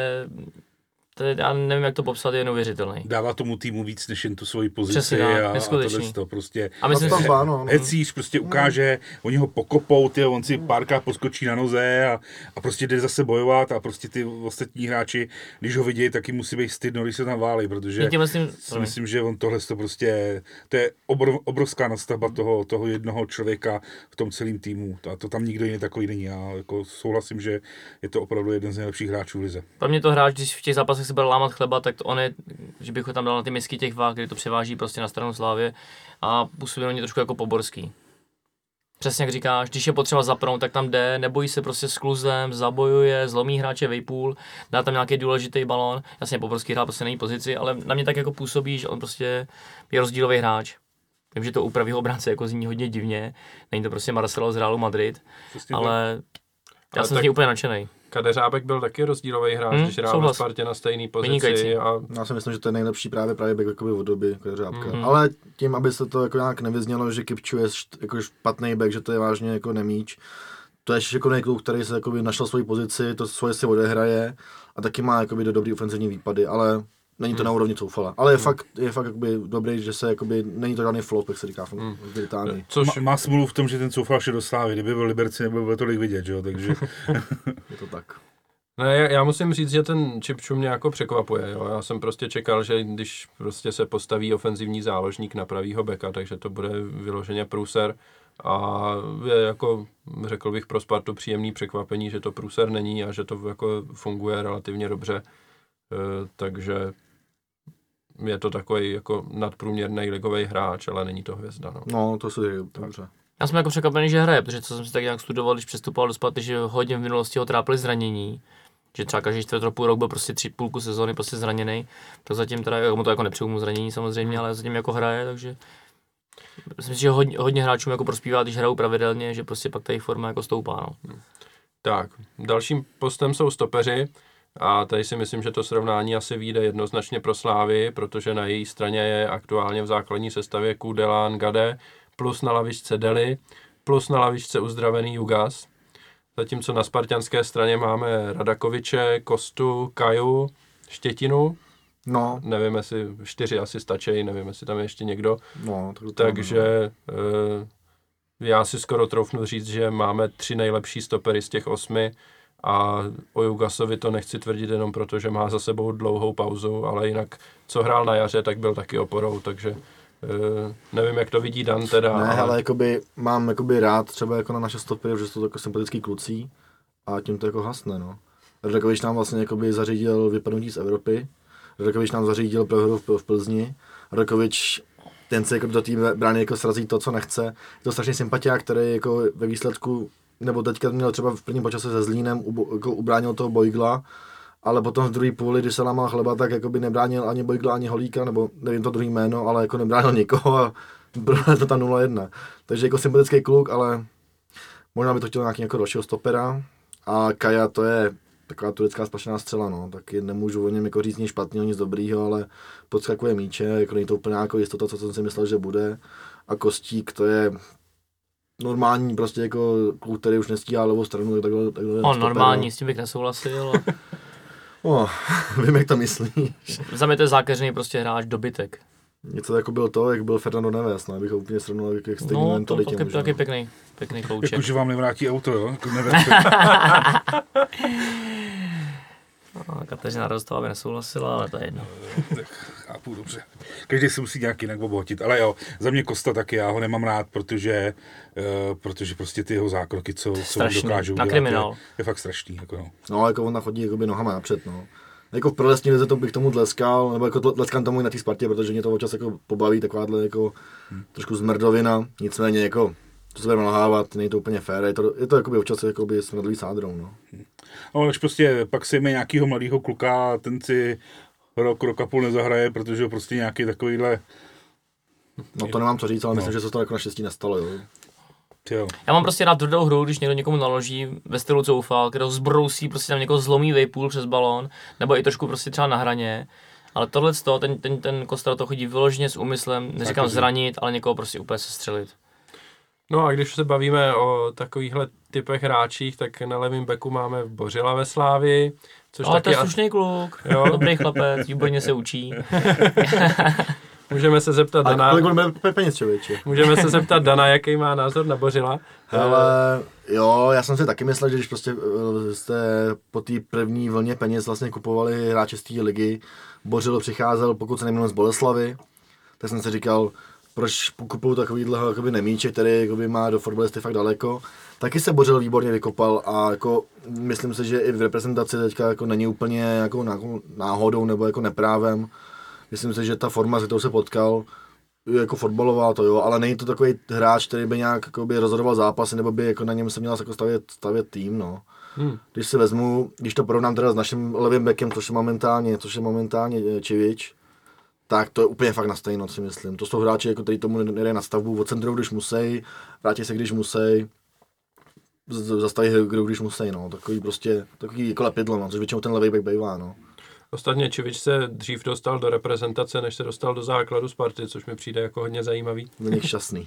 to je, já nevím, jak to popsat, je neuvěřitelný. Dává tomu týmu víc než jen tu svoji pozici Přesně tak, a, a neskutečný. tohle to prostě. A myslím, No, že tam no, no. Hecíř prostě ukáže, oni ho pokopou, ty, on si párkrát poskočí na noze a, a prostě jde zase bojovat a prostě ty ostatní hráči, když ho vidí, tak jim musí být stydno, když se tam válí, protože myslím, si myslím, že on tohle to prostě, to je obrov, obrovská nastavba toho, toho jednoho člověka v tom celém týmu a to tam nikdo jiný takový není. Já jako souhlasím, že je to opravdu jeden z nejlepších hráčů v lize. pro mě to hráč, když v těch zápasech se bude lámat chleba, tak to on je, že bych ho tam dal na ty misky těch váh, kdy to převáží prostě na stranu Slávě a působí na ně trošku jako Poborský. Přesně jak říkáš, když je potřeba zapnout, tak tam jde, nebojí se prostě s kluzem, zabojuje, zlomí hráče vejpůl, dá tam nějaký důležitý balón. Jasně Poborský hrál prostě na její pozici, ale na mě tak jako působí, že on prostě je rozdílový hráč. Vím, že to u pravýho obránce jako zní hodně divně, není to prostě Marcelo z Realu Madrid, ale já Ale jsem tak- z něj úplně nadšenej. Kadeřábek byl taky rozdílový hráč, Hmm, když hrál na souhlas. Spartě na stejné pozici Vynikající. a Já si myslím, že to je nejlepší právě právě back jakoby od doby jako Řábka. Mhm. Ale tím, aby se to jako nějak nevyznělo, že Kipču je št- jako špatný back, že to je vážně jako nemíč. To je šikovný kluk, který se jakoby našel svoji pozici, to svoje si odehraje a taky má jakoby do dobrý ofenzivní výpady, ale není to Hmm. na úrovni Coufala. Ale je fakt, je fakt jakoby dobrý, že se jakoby, není to žádný flop, jak se říká v Hmm. v Británii. což Má, má smůlu v tom, že ten Coufal šel do Slávy, kdyby byl Liberci, nebyl by tolik vidět, že jo, takže Je to tak. Ne, já- já musím říct, že ten Čipču mě jako překvapuje. Jo. Já jsem prostě čekal, že když prostě se postaví ofenzivní záložník na pravýho beka, takže to bude vyloženě průser. A je jako, řekl bych, pro Spartu příjemný překvapení, že to průser není a že to jako funguje relativně dobře. E, takže je to takový jako nadprůměrný ligový hráč, ale není to hvězda. No. No, to si dobře. Já jsem jako překvapený, že hraje, protože co jsem si tak nějak studoval, když přestupoval do Sparty, že hodně v minulosti ho trápili zranění. Že třeba každý čtvrt půl rok byl prostě tři půlku sezóny prostě zraněný. Tak zatím teda, já mu to jako nepřeju mu zranění samozřejmě, ale zatím jako hraje, takže myslím si, že hodně, hodně hráčům jako prospívá, když hrajou pravidelně, že prostě pak ta jejich forma jako stoupá. No. Tak, dalším postem jsou stopeři a tady si myslím, že to srovnání asi vyjde jednoznačně pro Slávy, protože na její straně je aktuálně v základní sestavě Kudelán, Gade, plus na lavičce Deli, plus na lavičce uzdravený Jugas. Zatímco na spartanské straně máme Radakoviče, Kostu, Kaju, Štětinu. No, Nevím, jestli čtyři asi stačí, nevím, jestli tam je ještě někdo. no, tak to Takže eh, já si skoro troufnu říct, že máme tři nejlepší stopery z těch osmi a o Jugasovi to nechci tvrdit jenom proto, že má za sebou dlouhou pauzu, ale jinak, co hrál na jaře, tak byl taky oporou, takže eh, nevím, jak to vidí Dan teda. Ne, ale jakoby, mám jakoby rád třeba jako na naše stopery, že jsou to jako sympatický kluci a tím to jako hasne, no. Radakovič nám vlastně jakoby zařídil vypadnutí z Evropy, Radakovič nám zařídil prohru v, v Plzni, Radakovič ten se jako do té brány jako srazí to, co nechce. Je to strašně sympatiák, který jako ve výsledku, nebo teďka měl třeba v prvním počase se Zlínem, jako ubránil toho Bojgla, ale potom v druhé půli, když se lámal chleba, tak jako by nebránil ani Bojgla, ani Holíka, nebo nevím to druhý jméno, ale jako nebránil nikoho a bylo to tam nula jedna. Takže jako sympatický kluk, ale možná by to chtěl nějaký jako dalšího stopera. A Kaja, to je taková turecká splašená střela, no, taky nemůžu o něm jako říct nic špatného, nic dobrýho, ale podskakuje míče, jako není to úplně jako jistota, co jsem si myslel, že bude. A Kostík, to je normální prostě jako kluk, který už nestíhá levou stranu, takhle, takhle On normální, s tím bych nesouhlasil. O, vím, jak to myslíš. Za mě to je zákeřný prostě hráč dobytek. Něco jako byl to, jak byl Fernando Neves, no, abych ho úplně srovnal jak, jak stejný No, to mentalitě taky, možná. taky pěkný, pěkný klouček. Jakože vám nevrátí auto, jo? Jako never, No, Kateřina Rostová by nesouhlasila, ale to je jedno. tak chápu, dobře. Každý se musí nějak jinak obohatit, ale jo, za mě Kosta taky, já ho nemám rád, protože, uh, protože prostě ty jeho zákroky, co, co on Strašný, dokážou na dělat, kriminál. je, je fakt strašný. Jako no. No, jako on chodí jakoby nohama napřed, no. Jako v prolesní lize to bych tomu tleskal, nebo jako tleskám tomu i na té Spartě, protože mě to občas jako pobaví, takováhle jako hmm. trošku zmrdovina, nicméně jako to se budeme nalhávat, není to úplně fér, je to, je to jakoby občas jakoby smrdový sádrou, no. No, až prostě pak si jme nějakýho mladýho kluka, ten si rok, rok a půl nezahraje, protože prostě nějaký takovýhle... No to nemám co říct, ale no. myslím, že se to jako naštěstí nestalo, jo. Jo. Já mám prostě rád tvrdou hru, když někdo někomu naloží ve stylu Coufal, kdo zbrousí, prostě tam někoho zlomí vejpůl přes balón, nebo i trošku prostě třeba na hraně. Ale tohle, ten, ten, ten Kostra to chodí vyloženě s úmyslem, neříkám zranit, ale někoho prostě úplně sestřelit. No a když se bavíme o takovýchhle typech hráčích, tak na levém beku máme Bořila ve Slávii, což Ale taky... to je slušný kluk, Jo. dobrý chlapec, výborně se učí. Můžeme se zeptat A Dana, kolik budeme peněz, člověče? můžeme se zeptat Dana, jaký má názor na Bořila. Hele, jo, já jsem si taky myslel, že když prostě uh, jste po té první vlně peněz vlastně kupovali hráče z té ligy, Bořil přicházel, pokud se nejmenuje z Boleslavy, tak jsem si říkal, proč kupuju takovýhle jakoby nemíče, který jakoby má do fotbalisty fakt daleko. Taky se Bořil výborně vykopal a jako myslím si, že i v reprezentaci teďka jako není úplně jako náhodou nebo jako neprávem. Myslím si, že ta forma, se kterou se potkal, je jako fotbalová to jo, ale není to takový hráč, který by nějak jakoby rozhodoval zápasy, nebo by jako na něm se měl jako stavět, stavět tým, no. Hmm. Když si vezmu, když to porovnám teda s naším levým backem, což je momentálně, což je momentálně Čivič, tak to je úplně fakt na stejno, si myslím. To jsou hráči, jako, který tomu nedají na stavbu, od centru, když musí, vrátí se, když musí, zastaví hru, když musí, no. Takový prostě, takový jako lepidlo, no, což většinou ten levý back bývá, no. Ostatně Čivič se dřív dostal do reprezentace, než se dostal do základu Sparty, což mi přijde jako hodně zajímavý. Byl něk šťastný.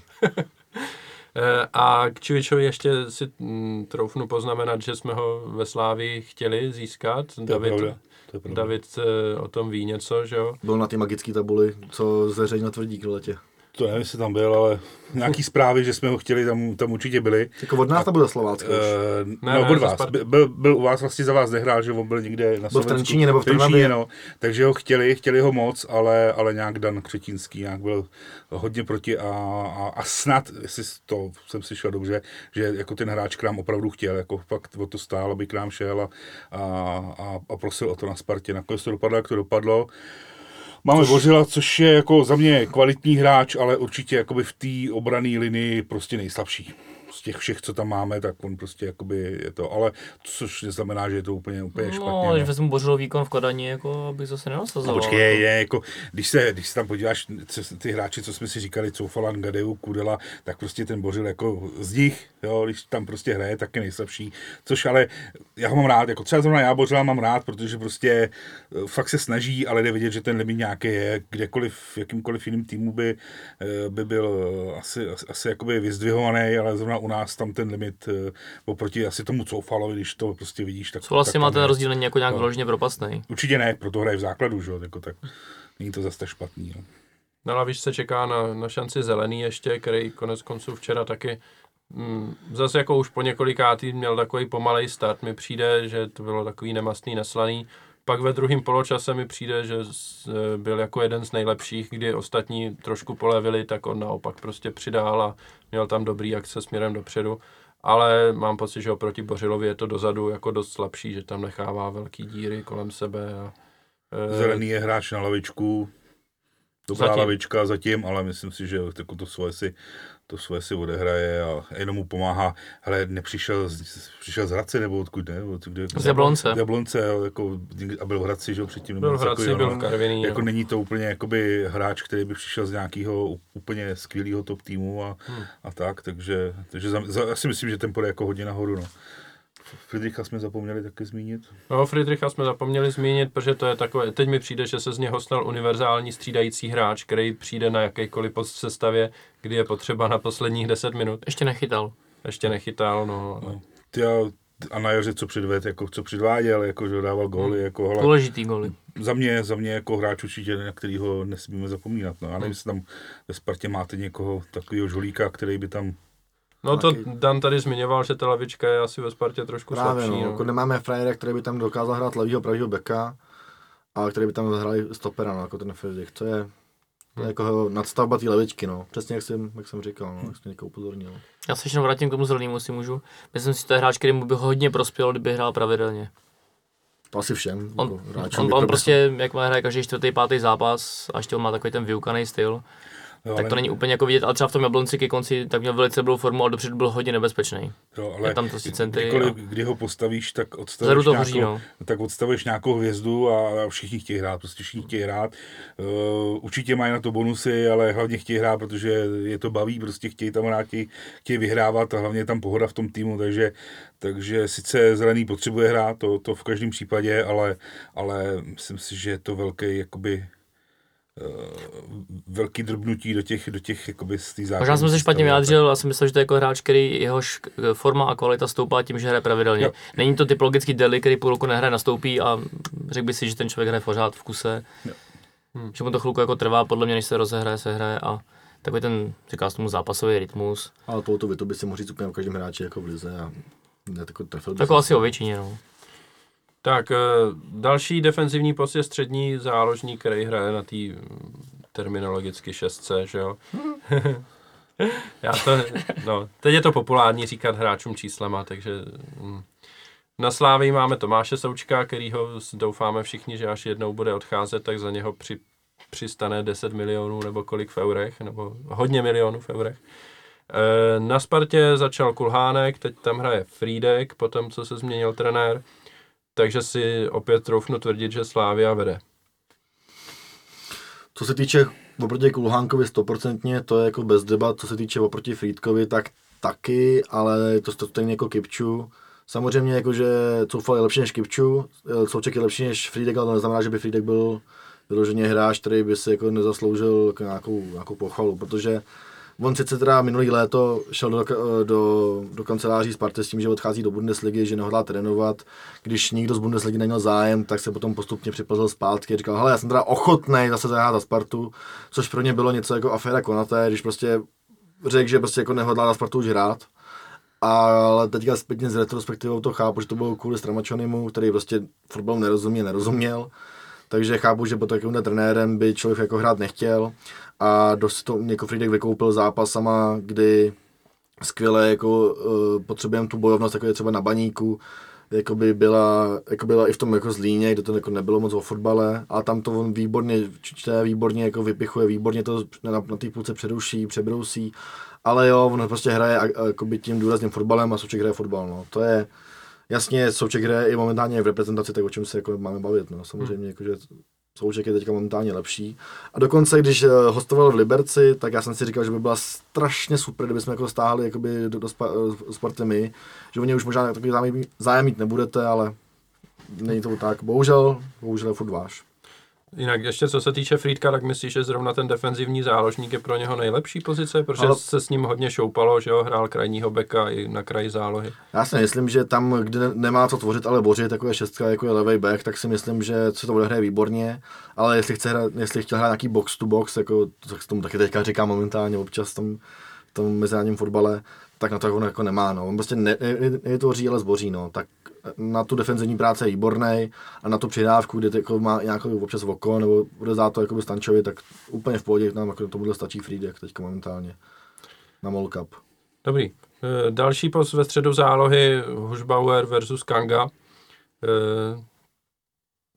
A k Čivičovi ještě si m, troufnu poznamenat, že jsme ho ve Slávii chtěli získat. David, David o tom ví něco, že jo? Byl na té magické tabuli, co zveřejnil Tvrdík v letě. To nevím, jestli tam byl, ale nějaký zprávy, že jsme ho chtěli, tam, tam určitě byli. Jako od nás to bude Slovácko už. Uh, Ne, no, ne, od vás. Byl, byl u vás, vlastně za vás nehrál, že on byl někde na Byl v Slovensku. Trenčíně nebo v Trenčíně, no. Takže ho chtěli, chtěli ho moc, ale, ale nějak Dan Křetínský nějak byl hodně proti a, a, a snad, jestli to jsem slyšel dobře, že jako ten hráč k nám opravdu chtěl, jako fakt o to stál, aby k nám šel a, a, a, a prosil o to na Spartě. Nakonec to dopadlo, jak to dopadlo. Máme Bořila, což je jako za mě kvalitní hráč, ale určitě jakoby v té obranné linii prostě nejslabší. Z těch všech, co tam máme, tak on prostě jakoby je to, ale což neznamená, že je to úplně, úplně špatně. No, když vezmu Bořilov výkon v Kodani, jako bych zase nenasazoval. No, počkej, je, jako, když, se, když se tam podíváš, co, ty hráči, co jsme si říkali, Coufalan, Gadeu, Kudela, tak prostě ten Bořil jako z nich, jo, když tam prostě hraje, tak je nejslabší. Což ale já ho mám rád, jako třeba zrovna já Bořila mám rád, protože prostě fakt se snaží, ale jde vidět, že ten limit nějaký je, kdekoliv, v jakýmkoliv jiným týmu by, by byl asi, asi, asi jakoby vyzdvihovaný, ale zrovna u nás tam ten limit oproti asi tomu Coufalovi, když to prostě vidíš, tak... Co vlastně má ten je, rozdíl není jako nějak no, vyloženě propastný. Určitě ne, proto hraje v základu, že jo, jako tak není to zase tak špatný. Jo. Na lavičce čeká na, na šanci Zelený ještě, který konec konců včera taky mm, zase jako už po několikátý měl takový pomalej start, mi přijde, že to bylo takový nemastný, neslaný. Pak ve druhém poločase mi přijde, že z, byl jako jeden z nejlepších, kdy ostatní trošku polevili, tak on naopak prostě přidál a měl tam dobrý akce směrem dopředu. Ale mám pocit, že oproti Bořilovi je to dozadu jako dost slabší, že tam nechává velký díry kolem sebe. A, e... Zelený je hráč na lavičku, dobrá Zatím. lavička zatím, ale myslím si, že jako to svoje si, to svoje si odehraje a jenom mu pomáhá. Hele, nepřišel z, přišel z Hradce nebo odkud, ne? Od, kde, Z Jablonce. Z Jablonce, jako, a byl v Hradci, že jo, předtím. Byl v Hradci, byl v Karviní. Jako no. není to úplně jakoby hráč, který by přišel z nějakého úplně skvělého top týmu a, hmm. a tak, takže, takže za, za, já si myslím, že ten půjde jako hodně nahoru, no. Friedricha jsme zapomněli taky zmínit. No, Friedricha jsme zapomněli zmínit, protože to je takové, teď mi přijde, že se z něho stal univerzální střídající hráč, který přijde na jakýkoliv post v sestavě, kdy je potřeba na posledních deset minut. Ještě nechytal. Ještě nechytal, no. no. Ty a, a na jaře co předved, jako co předváděl, jako že dával góly, jako hele, důležitý góly. Za mě, za mě jako hráč určitě, na kterýho nesmíme zapomínat, no. Já nevím, jestli tam ve Spartě máte někoho takového žolíka, který by tam. No to Dan tady zmiňoval, že ta lavička je asi ve Spartě trošku Právě, slabší. No, No. jako nemáme frajera, který by tam dokázal hrát levýho, pravýho beka, a který by tam hrali stopera, no, jako ten Friedrich. To je, to je jako nadstavba té levičky, no. Přesně jak jsem, jak jsem říkal, no, jak jsem někoho upozornil. Já se ještě vrátím k tomu Zelenému, si můžu. Myslím si, že to je hráč, který mu by hodně prospěl, kdyby hrál pravidelně. To asi všem. On, jako hráčům on, by on to prostě, jak má hraje každý čtvrtý, pátý zápas, a ještě on má takový ten vyukaný styl, Jo, tak ale, to není úplně jako vidět, ale třeba v tom Jablonci ke konci tak měl velice dobrou formu, ale dopředu byl hodně nebezpečný. jo, ale Je tam to si centry kdykoliv, a- kdy ho postavíš, tak Zadu odstavíš, to nějakou, hoří, no. tak odstavuješ nějakou hvězdu a, a všichni chtějí hrát, prostě všichni chtějí hrát. Uh, určitě mají na to bonusy, ale hlavně chtějí hrát, protože je to baví, prostě chtějí tam hrát, chtějí, chtějí vyhrávat a hlavně je tam pohoda v tom týmu, takže, takže sice Zelený potřebuje hrát, to, to v každém případě, ale, ale myslím si, že je to velký, jakoby, velký drbnutí do těch, do těch jakoby z té základní. Možná jsem se špatně sestavy. vyjádřil, já jsem myslel, že to je jako hráč, který jehož forma a kvalita stoupá tím, že hraje pravidelně. Jo. Není to typologický Deli, který půl roku nehraje, nastoupí a řekl by si, že ten člověk hraje pořád v kuse. Jo. Hmm. Že mu to chvilku jako trvá, podle mě, než se rozehraje, se hraje a takový ten, říká se tomu zápasový rytmus. Ale touto větu by si mohl říct úplně o každém hráči jako v lize a ne, tako, trefil by Tak se. asi o většině, no. Tak, eh, další defenzivní post je střední záložník, který hraje na té terminologicky šestce, že jo? Já to, no, teď je to populární říkat hráčům číslama, takže hm. Na Slávii máme Tomáše Součka, kterýho doufáme všichni, že až jednou bude odcházet, tak za něho při, přistane deset milionů nebo kolik v eurech, nebo hodně milionů v eurech. E, na Spartě začal Kulhánek, teď tam hraje Frídek, potom co se změnil trenér, takže si opět troufnu tvrdit, že Slavia vede. Co se týče oproti Kulhánkovi stoprocentně, to je jako bez debat, co se týče oproti Frýdkovi, tak taky, ale to to stejně jako Kipču. Samozřejmě jakože Coufal je lepší než Kipču, Souček je lepší než Frídek, ale to neznamená, že by Frídek byl vyloženě hráč, který by si jako nezasloužil nějakou, nějakou pochvalu, protože on sice teda minulý léto šel do, do, do kanceláří Sparty s tím, že odchází do Bundesligy, že nehodlá trénovat. Když nikdo z Bundesligy neměl zájem, tak se potom postupně připlazil zpátky a říkal, hele, já jsem teda ochotnej zase zahrát za Spartu, což pro ně bylo něco jako aféra Konaté, když prostě řekl, že prostě jako nehodlá za Spartu už hrát. Ale teďka zpětně z retrospektivou to chápu, že to bylo kvůli Stramačonimu, který prostě fotbalu nerozumí, nerozuměl. Takže chápu, že pod takovým trenérem by člověk jako hrát nechtěl. A dost to jako Frídek vykoupil zápasama, kdy skvěle jako uh, potřebujeme tu bojovnost, jako je třeba na Baníku, jako by byla, jako byla i v tom jako Zlíně, kde to jako nebylo moc o fotbale, a tam to on výborně čte, výborně jako vypichuje, výborně to na, na té půlce přeruší, přebrousí, ale jo, on prostě hraje a, a, jakoby tím důrazným fotbalem a Souček hraje fotbal, no. To je, jasně, Souček hraje i momentálně v reprezentaci, tak o čem se jako máme bavit, no. Samozřejmě, jakože Souček je teďka momentálně lepší. A dokonce, když hostoval v Liberci, tak já jsem si říkal, že by byla strašně super, kdybychom jako stáhli jakoby do, do Sparty my, že o ně už možná takový zájem, zájem mít nebudete, ale není to tak. Bohužel, bohužel je furt váš. Jinak ještě co se týče Frýdka, tak myslíš, že zrovna ten defenzivní záložník je pro něho nejlepší pozice, protože Ale... se s ním hodně šoupalo, že jo, hrál krajního beka i na kraji zálohy. Já si myslím, že tam, kde nemá co tvořit, ale bořit, jako je šestka, jako je levej back, tak si myslím, že se to bude hraje výborně, ale jestli chce hrát, jestli chtěl hrát nějaký box to box, jako tak tomu taky teďka říkám momentálně občas v tom, v tom mezinárodním fotbale, tak na to on jako nemá, no. On prostě ne, ne, netvoří, ale zboří, no. Tak na tu defenzivní práce je výborný a na tu přidávku, kde jako má nějakou občas oko nebo odezá to jako Stančovi, tak úplně v pohodě, nám jako tomuhle stačí Frídek teďka momentálně na Mall Cup. Dobrý. E, další post ve středu zálohy Hušbauer versus Kanga. E,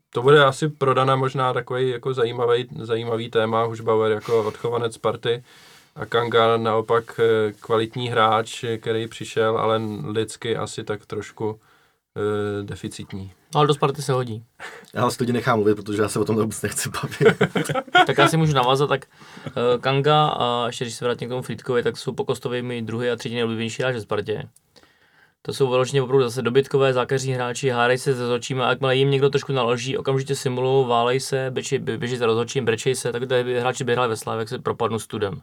to bude asi pro Dana možná takový jako zajímavý, zajímavý téma, Hušbauer jako odchovanec Sparty a Kanga naopak kvalitní hráč, který přišel, ale lidsky asi tak trošku uh, deficitní. Ale do Sparty se hodí. Já vás lidi nechám mluvit, protože já se o tom vůbec nechci bavit. Tak já si můžu navázat, tak uh, Kanga a ještě když se vrátím k tomu Frýdkovi, tak jsou po Kostovi mi druhý a třetí nejoblíbenější hráč ve Spartě. To jsou vyloženě opravdu zase dobytkové, zákeřní hráči, hádají se se rozhodčími a jakmile jim někdo trošku naloží, okamžitě simulují, válej se, běží, běží za rozhodčím, brečej se, tak hráči by hráli ve Slávě, jak se propadnou studem.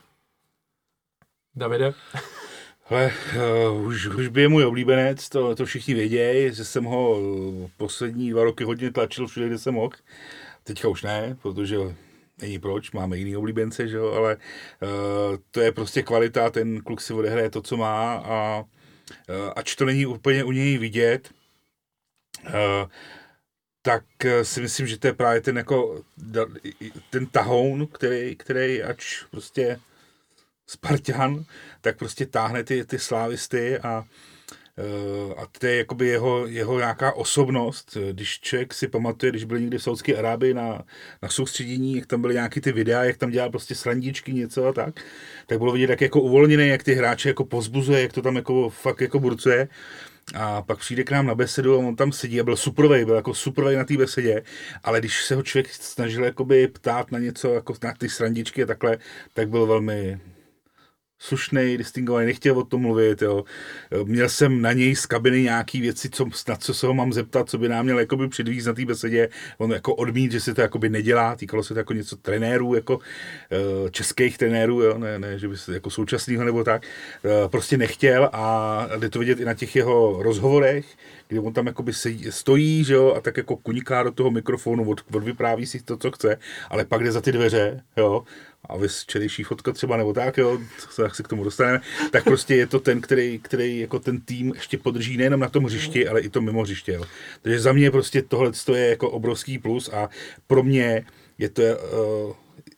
Davide? Hele, uh, už, už by je můj oblíbenec, to, to všichni vědějí, že jsem ho poslední dva roky hodně tlačil všude, kde jsem mohl. Teďka už ne, protože není proč, máme jiný oblíbence, že jo, ale uh, to je prostě kvalita, ten kluk si odehraje to, co má a uh, ač to není úplně u něj vidět, uh, tak si myslím, že to je právě ten jako ten tahoun, který, který ač prostě Spartan, tak prostě táhne ty, ty slávisty a, a to je jakoby jeho, jeho nějaká osobnost. Když člověk si pamatuje, když byl někdy v Saudské Arábii na, na soustředění, jak tam byly nějaký ty videa, jak tam dělal prostě srandičky, něco a tak, tak bylo vidět, jak jako uvolněný, jak ty hráče jako pozbuzuje, jak to tam jako fakt jako burcuje. A pak přijde k nám na besedu a on tam sedí a byl superovej, byl jako superovej na té besedě, ale když se ho člověk snažil jakoby ptát na něco, jako na ty srandičky a takhle, tak byl velmi slušnej, distingovaný, nechtěl o tom mluvit, jo. Měl jsem na něj z kabiny nějaký věci, co, na co se ho mám zeptat, co by nám měl jakoby předvízt na té besedě. On jako odmít, že se to jakoby nedělá, týkalo se to jako něco trenérů, jako českých trenérů, jo, ne, ne, že by se jako současného nebo tak. Prostě nechtěl a jde to vidět i na těch jeho rozhovorech, kdy on tam jakoby sedí, stojí, že jo, a tak jako kuniká do toho mikrofonu, od, odvypráví si to, co chce, ale pak jde za ty dveře, jo, a vy včerejší fotka třeba nebo tak, jo, tak se k tomu dostaneme, tak prostě je to ten, který, který jako ten tým ještě podrží nejenom na tom hřišti, ale i to mimo hřiště, jo. Takže za mě prostě tohle je jako obrovský plus a pro mě je to uh,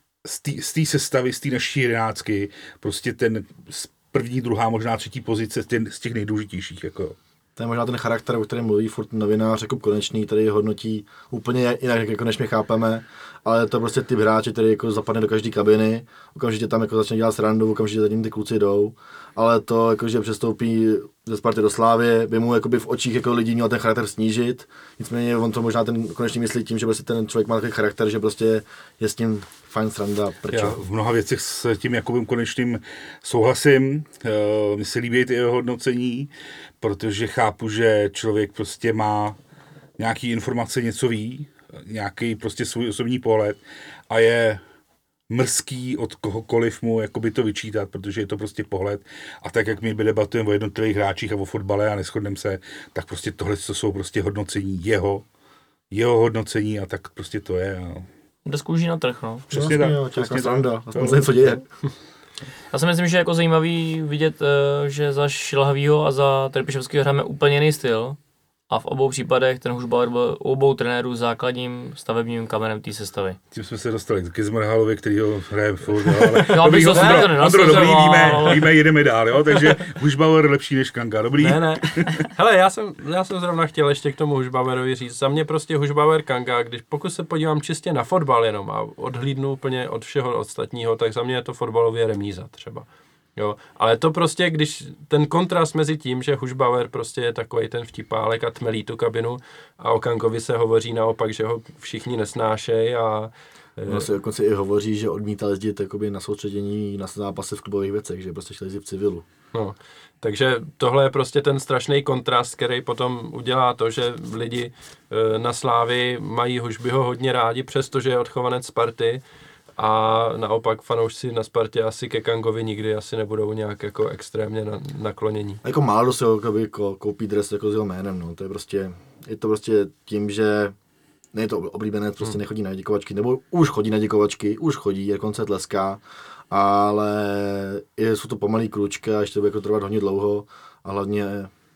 z té sestavy, z té naší jedenáctky, prostě ten první, druhá, možná třetí pozice z těch nejdůležitějších, jako. To je možná ten charakter, o kterém mluví furt novinář Jakub Konečný, který hodnotí úplně jinak, jako než my chápeme, ale to je prostě typ hráče, který jako zapadne do každé kabiny, okamžitě tam jako začne dělat srandu, okamžitě za ním ty kluci jdou, ale to, jako, že přestoupí ze Sparty do Slávie, by mu jakoby v očích jako lidí měl ten charakter snížit, nicméně on to možná ten Konečný myslí tím, že prostě ten člověk má takový charakter, že prostě je s tím fajn sranda, prčo. Já v mnoha věcech s tím Jakubem Konečným souhlasím, mně se líbí ty jeho hodnocení, protože chápu, že člověk prostě má nějaký informace, něco ví, nějaký prostě svůj osobní pohled a je mrzký od kohokoliv mu jakoby to vyčítat, protože je to prostě pohled a tak, jak my debatujeme o jednotlivých hráčích a o fotbale a neshodneme se, tak prostě tohle to jsou prostě hodnocení jeho, jeho hodnocení a tak prostě to je. A... Jde z kůží na trh, no. Přesně tak. Přesně sranda, aspoň se něco děje. Já si myslím, že je jako zajímavý vidět, že za Šilhavýho a za Trpišovského hrajeme úplně jiný styl a v obou případech ten Hušbauer byl u obou trenérů základním stavebním kamenem té sestavy. Tím jsme se dostali k Zmrhalovi, který ho hraje furt, ale jo, dobrý, Ondro, Ondro, Ondro, dobrý, víme, víme, jedeme dál, jo, takže Hušbauer lepší než Kanga, dobrý? Ne, ne, hele, já jsem, já jsem zrovna chtěl ještě k tomu Hušbauerovi říct, za mě prostě Hušbauer Kanga, když pokud se podívám čistě na fotbal jenom a odhlídnu úplně od všeho ostatního, tak za mě je to fotbalově remíza třeba. Jo, ale to prostě, když ten kontrast mezi tím, že Hušbauer prostě je takovej ten vtipálek a tmelí tu kabinu a o Kangovi se hovoří naopak, že ho všichni nesnášejí a... No se dokonce i hovoří, že odmítal jezdit na soustředění na zápasy v klubových věcech, že prostě šli jezdit v civilu. No, takže tohle je prostě ten strašný kontrast, který potom udělá to, že lidi e, na Slávii mají Hušbyho hodně rádi, přestože je odchovanec Sparty, a naopak fanoušci na Spartě asi ke Kangovi nikdy asi nebudou nějak jako extrémně na, naklonění. Jako málo se ho koupí dres jako s jeho jménem, no. To je prostě, je to prostě tím, že není to oblíbenec, prostě hmm. nechodí na děkovačky, nebo už chodí na děkovačky, už chodí, je koncert tleská, ale je, jsou to pomalý klučka, ještě to bude jako trvat hodně dlouho a hlavně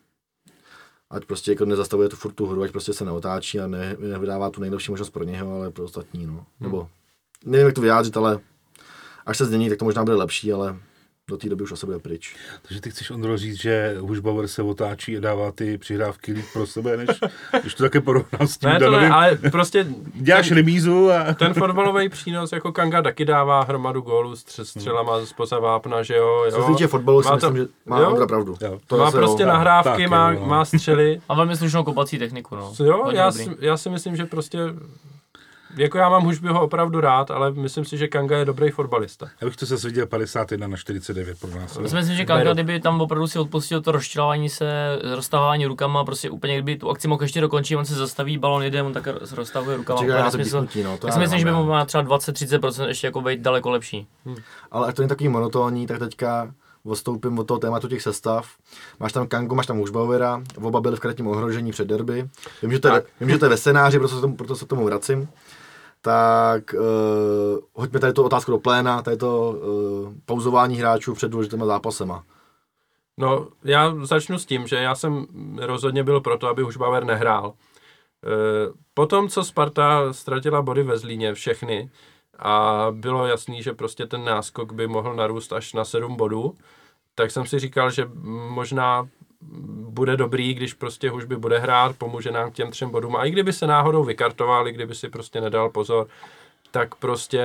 ať prostě jako nezastavuje tu furt tu hru, ať prostě se neotáčí a ne, nevydává tu nejlepší možnost pro něho, ale pro ostatní, no. Nebo nevím, jak to vyjádřit, ale až se změní, tak to možná bude lepší, ale do té doby už asi bude pryč. Takže ty chceš, Ondro, říct, že Hušbauer se otáčí a dává ty přihrávky líp pro sebe, než když to také porovnám s tím Ne, to Danovým. ne, ale prostě Děláš remízu a... ten fotbalový přínos, jako Kanga taky dává hromadu gólů s stř- střelama spoza vápna, že jo. Co se jo. týče fotbalu, si Má to- myslím, že má jo? Ondra pravdu. Jo. To Má zase prostě jo. nahrávky, Tak, má, jo, no. má střely. A velmi slušnou kopací techniku, no. Jo, Hodně já dobrý. si, já si myslím, že prostě, jako já mám Hušbyho opravdu rád, ale myslím si, že Kanga je dobrý fotbalista. Já bych to zase viděl padesát jedna na čtyřicet devět pro nás. Já si myslím, že Kanga, kdyby tam opravdu si odpustil to rozčelování se, roztahování rukama, prostě úplně kdyby tu akci mohl ještě dokončit, on se zastaví, balon jede, on tak roztahuje rukama. Čeká úplně na to nesmysl. píchnutí, no, to Já já si myslím, že by nemám mohl rád. má třeba dvacet až třicet procent ještě jako být daleko lepší. Ale ať to není takový monotónní, tak teďka odstoupím od toho tématu těch sestav. Máš tam Kangu, máš tam Hušbauera, oba byli v kratním ohrožení před derby. Vím, že to je, vím, že to je ve scénáři, proto se tomu, proto se k tomu vracím. Tak uh, hoďme tady tu otázku do pléna, tady to uh, pauzování hráčů před důležitýma zápasema. No, já začnu s tím, že já jsem rozhodně byl proto, aby Hušbauer nehrál. E, potom, co Sparta ztratila body ve Zlíně, všechny, a bylo jasný, že prostě ten náskok by mohl narůst až na sedm bodů, tak jsem si říkal, že možná bude dobrý, když prostě Hušby bude hrát, pomůže nám k těm třem bodům. A i kdyby se náhodou vykartoval, i kdyby si prostě nedal pozor, tak prostě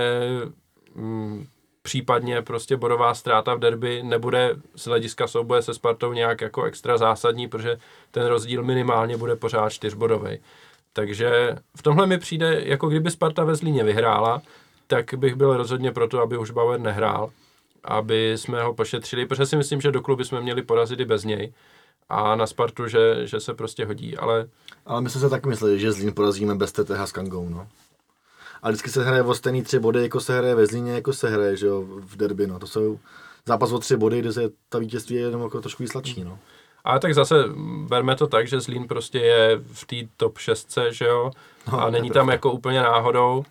mm, případně prostě bodová ztráta v derby nebude z hlediska souboje se Spartou nějak jako extra zásadní, protože ten rozdíl minimálně bude pořád čtyřbodovej. Takže v tomhle mi přijde, jako kdyby Sparta ve Zlíně vyhrála, tak bych byl rozhodně proto, aby Hušbauer nehrál, aby jsme ho pošetřili, protože si myslím, že do klubu jsme měli porazit i bez něj a na Spartu, že, že se prostě hodí, ale Ale my jsme se taky mysleli, že Zlín porazíme bez T T H s Kangou, no. A vždycky se hraje o stejný tři body, jako se hraje ve Zlíně, jako se hraje, že jo, v derby, no. To jsou zápas o tři body, kde se ta vítězství je jenom jako trošku sladší, no. ale tak zase berme to tak, že Zlín prostě je v té top šestce, že jo, No, a to není je tam pravda. jako úplně náhodou.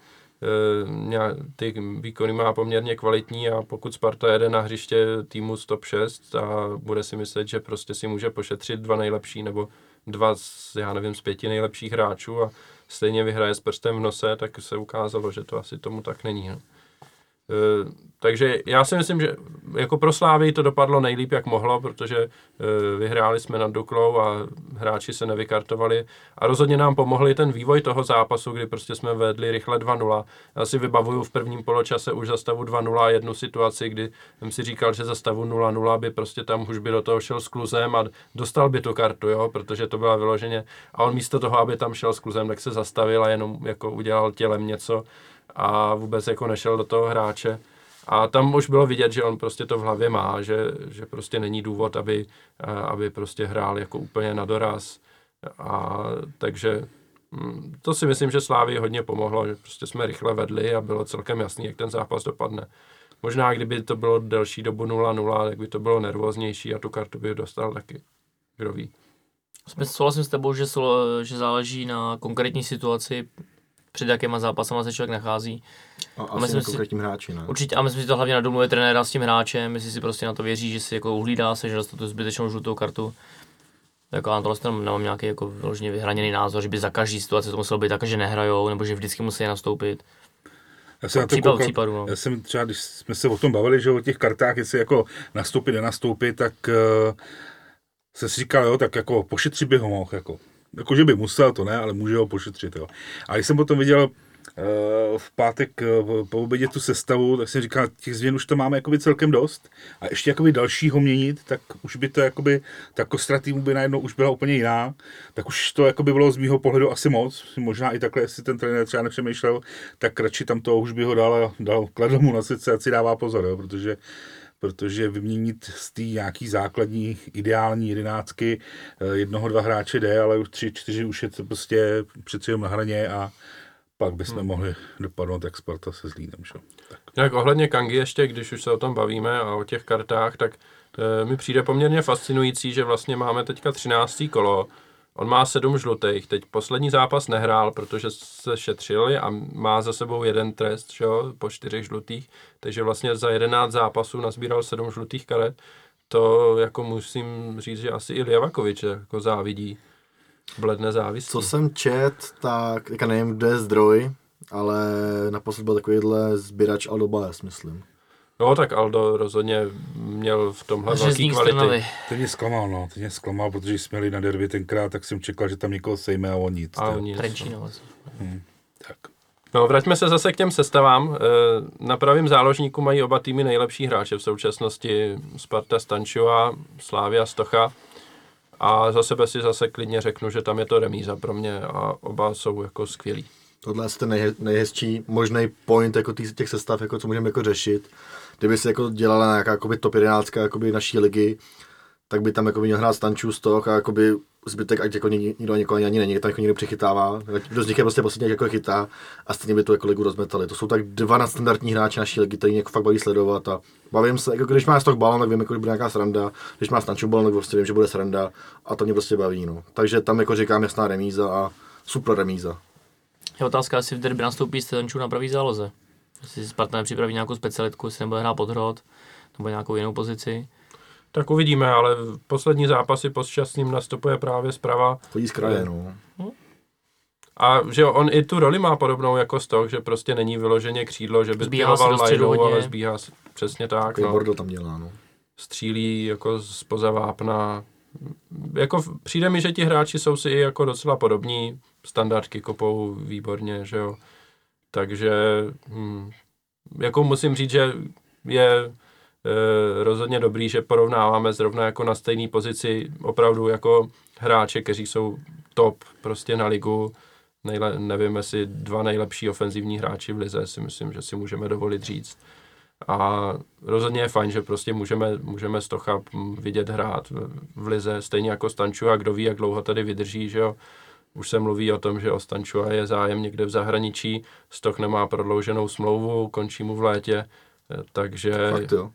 E, ty výkony má poměrně kvalitní a pokud Sparta jede na hřiště týmu z top šest a bude si myslet, že prostě si může pošetřit dva nejlepší nebo dva z, já nevím, z pěti nejlepších hráčů a stejně vyhraje s prstem v nose, tak se ukázalo, že to asi tomu tak není. No. E, takže já si myslím, že jako pro Slávii to dopadlo nejlíp, jak mohlo, protože e, vyhráli jsme nad Duklou a hráči se nevykartovali a rozhodně nám pomohli ten vývoj toho zápasu, kdy prostě jsme vedli rychle dva nula. Já si vybavuju v prvním poločase už za stavu dva nula jednu situaci, kdy jsem si říkal, že za stavu nula nula by prostě tam už by do toho šel s kluzem a dostal by tu kartu, jo, protože to byla vyloženě. A on místo toho, aby tam šel s kluzem, tak se zastavil a jenom jako udělal tělem něco a vůbec jako nešel do toho hráče. A tam už bylo vidět, že on prostě to v hlavě má, že, že prostě není důvod, aby, aby prostě hrál jako úplně na doraz. A takže to si myslím, že Slávii hodně pomohlo, že prostě jsme rychle vedli a bylo celkem jasný, jak ten zápas dopadne. Možná, kdyby to bylo delší dobu nula nula, tak by to bylo nervóznější a tu kartu by dostal taky. Kdo ví. Souhlasím s tebou, že, že záleží na konkrétní situaci, před jakýma zápasama se člověk nachází. A A asi myslím na si- konkrétním hráči, ne? Určitě, a myslím si to hlavně na domluvě trenéra s tím hráčem, jestli si prostě na to věří, že si jako uhlídá se, že dostane tu zbytečnou žlutou kartu. Jako já na tohle tam nemám nějaký jako vyloženě vyhraněný názor, že by za každý situaci to muselo být tak, že nehrajou, nebo že vždycky musí nastoupit. Já jsem na to Případ koukal, případu, no. já jsem třeba, když jsme se o tom bavili, že o těch kartách, jestli jako nastoupit, nenastoupit, tak uh, jsem si říkal, jo, tak jako pošetřit by ho mohl, jako. Jako, že by musel, to ne, ale může ho pošetřit, jo. A když jsem potom viděl uh, v pátek uh, po obědě tu sestavu, tak jsem říkal, těch změn už to máme jakoby celkem dost. A ještě jakoby dalšího měnit, tak už by to jakoby, ta kostra týmu by najednou už byla úplně jiná. Tak už to jakoby bylo z mýho pohledu asi moc. Možná i takhle, jestli ten trenér třeba nepřemýšlel, tak radši tam to už by ho dal a dal, kladl mu na srdce, ať si dává pozor, jo, protože protože vyměnit z té nějaký základní ideální jedenáctky jednoho, dva hráče jde, ale už tři, čtyři už je to prostě přeci jenom na hraně a pak bychom hmm. mohli dopadnout jak Sparta se Zlínem. Že? Tak. Jak ohledně Kangy ještě, když už se o tom bavíme a o těch kartách, tak e, mi přijde poměrně fascinující, že vlastně máme teďka třinácté kolo. On má sedm žlutých, teď poslední zápas nehrál, protože se šetřili a má za sebou jeden trest, že jo, po čtyřech žlutých, takže vlastně za jedenáct zápasů nazbíral sedm žlutých karet. To jako musím říct, že asi i Liavakovič jako závidí, bledne závisí. Co jsem čet, tak teďka nevím, kdo je zdroj, ale naposled byl takovýhle sběrač Aldo Baez, myslím. No tak Aldo rozhodně měl v tomhle velký Řezník kvality. Strnavy. Ten mě zklamal, no, ten mě zklamal, protože jsme jeli na derby tenkrát, tak jsem čekal, že tam někoho sejme a on nic. A to- on nic. Trenčín, vlastně. Hm, tak. No, vraťme se zase k těm sestavám. E, Na pravém záložníku mají oba týmy nejlepší hráče v současnosti. Sparta Stančová, Slavia Stocha. A za sebe si zase klidně řeknu, že tam je to remíza pro mě a oba jsou jako skvělí. Tohle je asi ten nejhe, nejhezčí možný point jako tý, těch sestav, jako co můžeme jako řešit. Kdyby se jako dělala nějaká jakoby top jedenáct jakoby naší ligy, tak by tam jako měl hrát Stančů, Stoch a jakoby zbytek, ať jako nikdo někoho ani není, tak jako někdo přichytává. Kdo z nich je prostě posledně jako chytá a stejně by tu jako ligu rozmetali. To jsou tak dva nadstandardní hráči naší ligy, který jako fakt baví sledovat a bavím se, jako když má Stoch balon, tak vím, jako, že bude nějaká sranda, když má Stančů balon, tak prostě vím, že bude sranda a to mě prostě baví. No. Takže tam jako říkám jasná remíza a super remíza. Je otázka, jestli v derby nastoupí Stančů na pravý záloze. Jestli si Sparta nepřipraví nějakou specialitku, jestli nebude hrát podhrot, nebo nějakou jinou pozici. Tak uvidíme, ale v poslední zápasy pod Šťastným nastupuje právě zprava. Chodí z kraje, no. A že jo, on i tu roli má podobnou jako Stoch, že prostě není vyloženě křídlo, že by Zbíhá se běhoval do středu lineou, hodně. ale zbíhá se přesně tak. Takový No. bordel tam dělá, no. Střílí jako spoza vápna. Jako v- přijde mi, že ti hráči jsou si i jako docela podobní. Standardky kopou výborně, že jo. Takže hm, jako musím říct, že je e, rozhodně dobrý, že porovnáváme zrovna jako na stejné pozici opravdu jako hráče, kteří jsou top prostě na ligu. Nejle, nevím, jestli dva nejlepší ofenzivní hráči v lize, si myslím, že si můžeme dovolit říct. A rozhodně je fajn, že prostě můžeme, můžeme Stocha vidět hrát v, v lize, stejně jako Stanču a kdo ví, jak dlouho tady vydrží, že jo. Už se mluví o tom, že o Stanču je zájem někde v zahraničí, Stoch nemá prodlouženou smlouvu, končí mu v létě, takže... Fakt jo.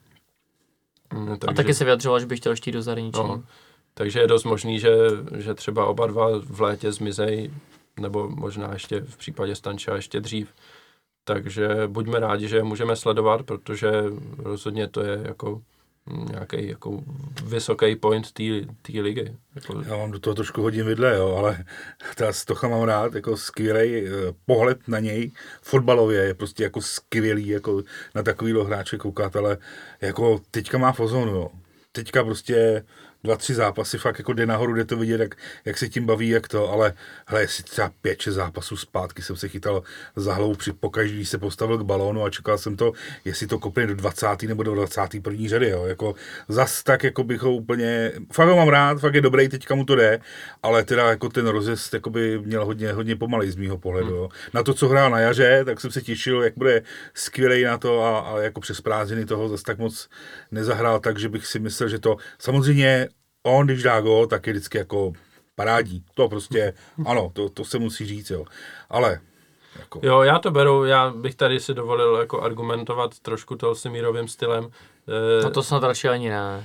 mm, A taky se vyjadřoval, že by chtěl ještě jít do zahraničí. No, takže je dost možný, že, že třeba oba dva v létě zmizej, nebo možná ještě v případě Stanča ještě dřív. Takže buďme rádi, že je můžeme sledovat, protože rozhodně to je jako nějaký jako vysoký point té ligy. Jako, Já vám do toho trošku hodím vidle, jo, ale ta Stocha mám rád, jako skvělej eh, pohled na něj, fotbalově je prostě jako skvělý, jako na takovýhle hráče koukat, ale jako teďka má fozonu, jo. Teďka prostě dva, tři zápasy fakt jako jde nahoru, jde to vidět, jak, jak se tím baví, jak to, ale hele, jestli třeba pět, šest zápasů zpátky jsem se chytal za hlavu při pokaždý, když se postavil k balónu a čekal jsem to, jestli to kopne do dvacáté nebo do dvacáté první řady, jo, jako zas tak, jako bych ho úplně, fakt ho mám rád, fakt je dobrý, teďka mu to jde, ale teda jako ten rozjezd jako by měl hodně, hodně pomalej z mýho pohledu, jo. Na to, co hrál na jaře, tak jsem se těšil, jak bude skvělej na to a, a jako přes prázdniny toho zase tak moc nezahrál, takže bych si myslel, že to samozřejmě on, když dá gól, tak je vždycky jako parádí. To prostě, ano, to, to se musí říct, jo. Ale, jako... Jo, já to beru, já bych tady si dovolil jako argumentovat trošku Tolsimírovým stylem. E, No to snad radši ani ne.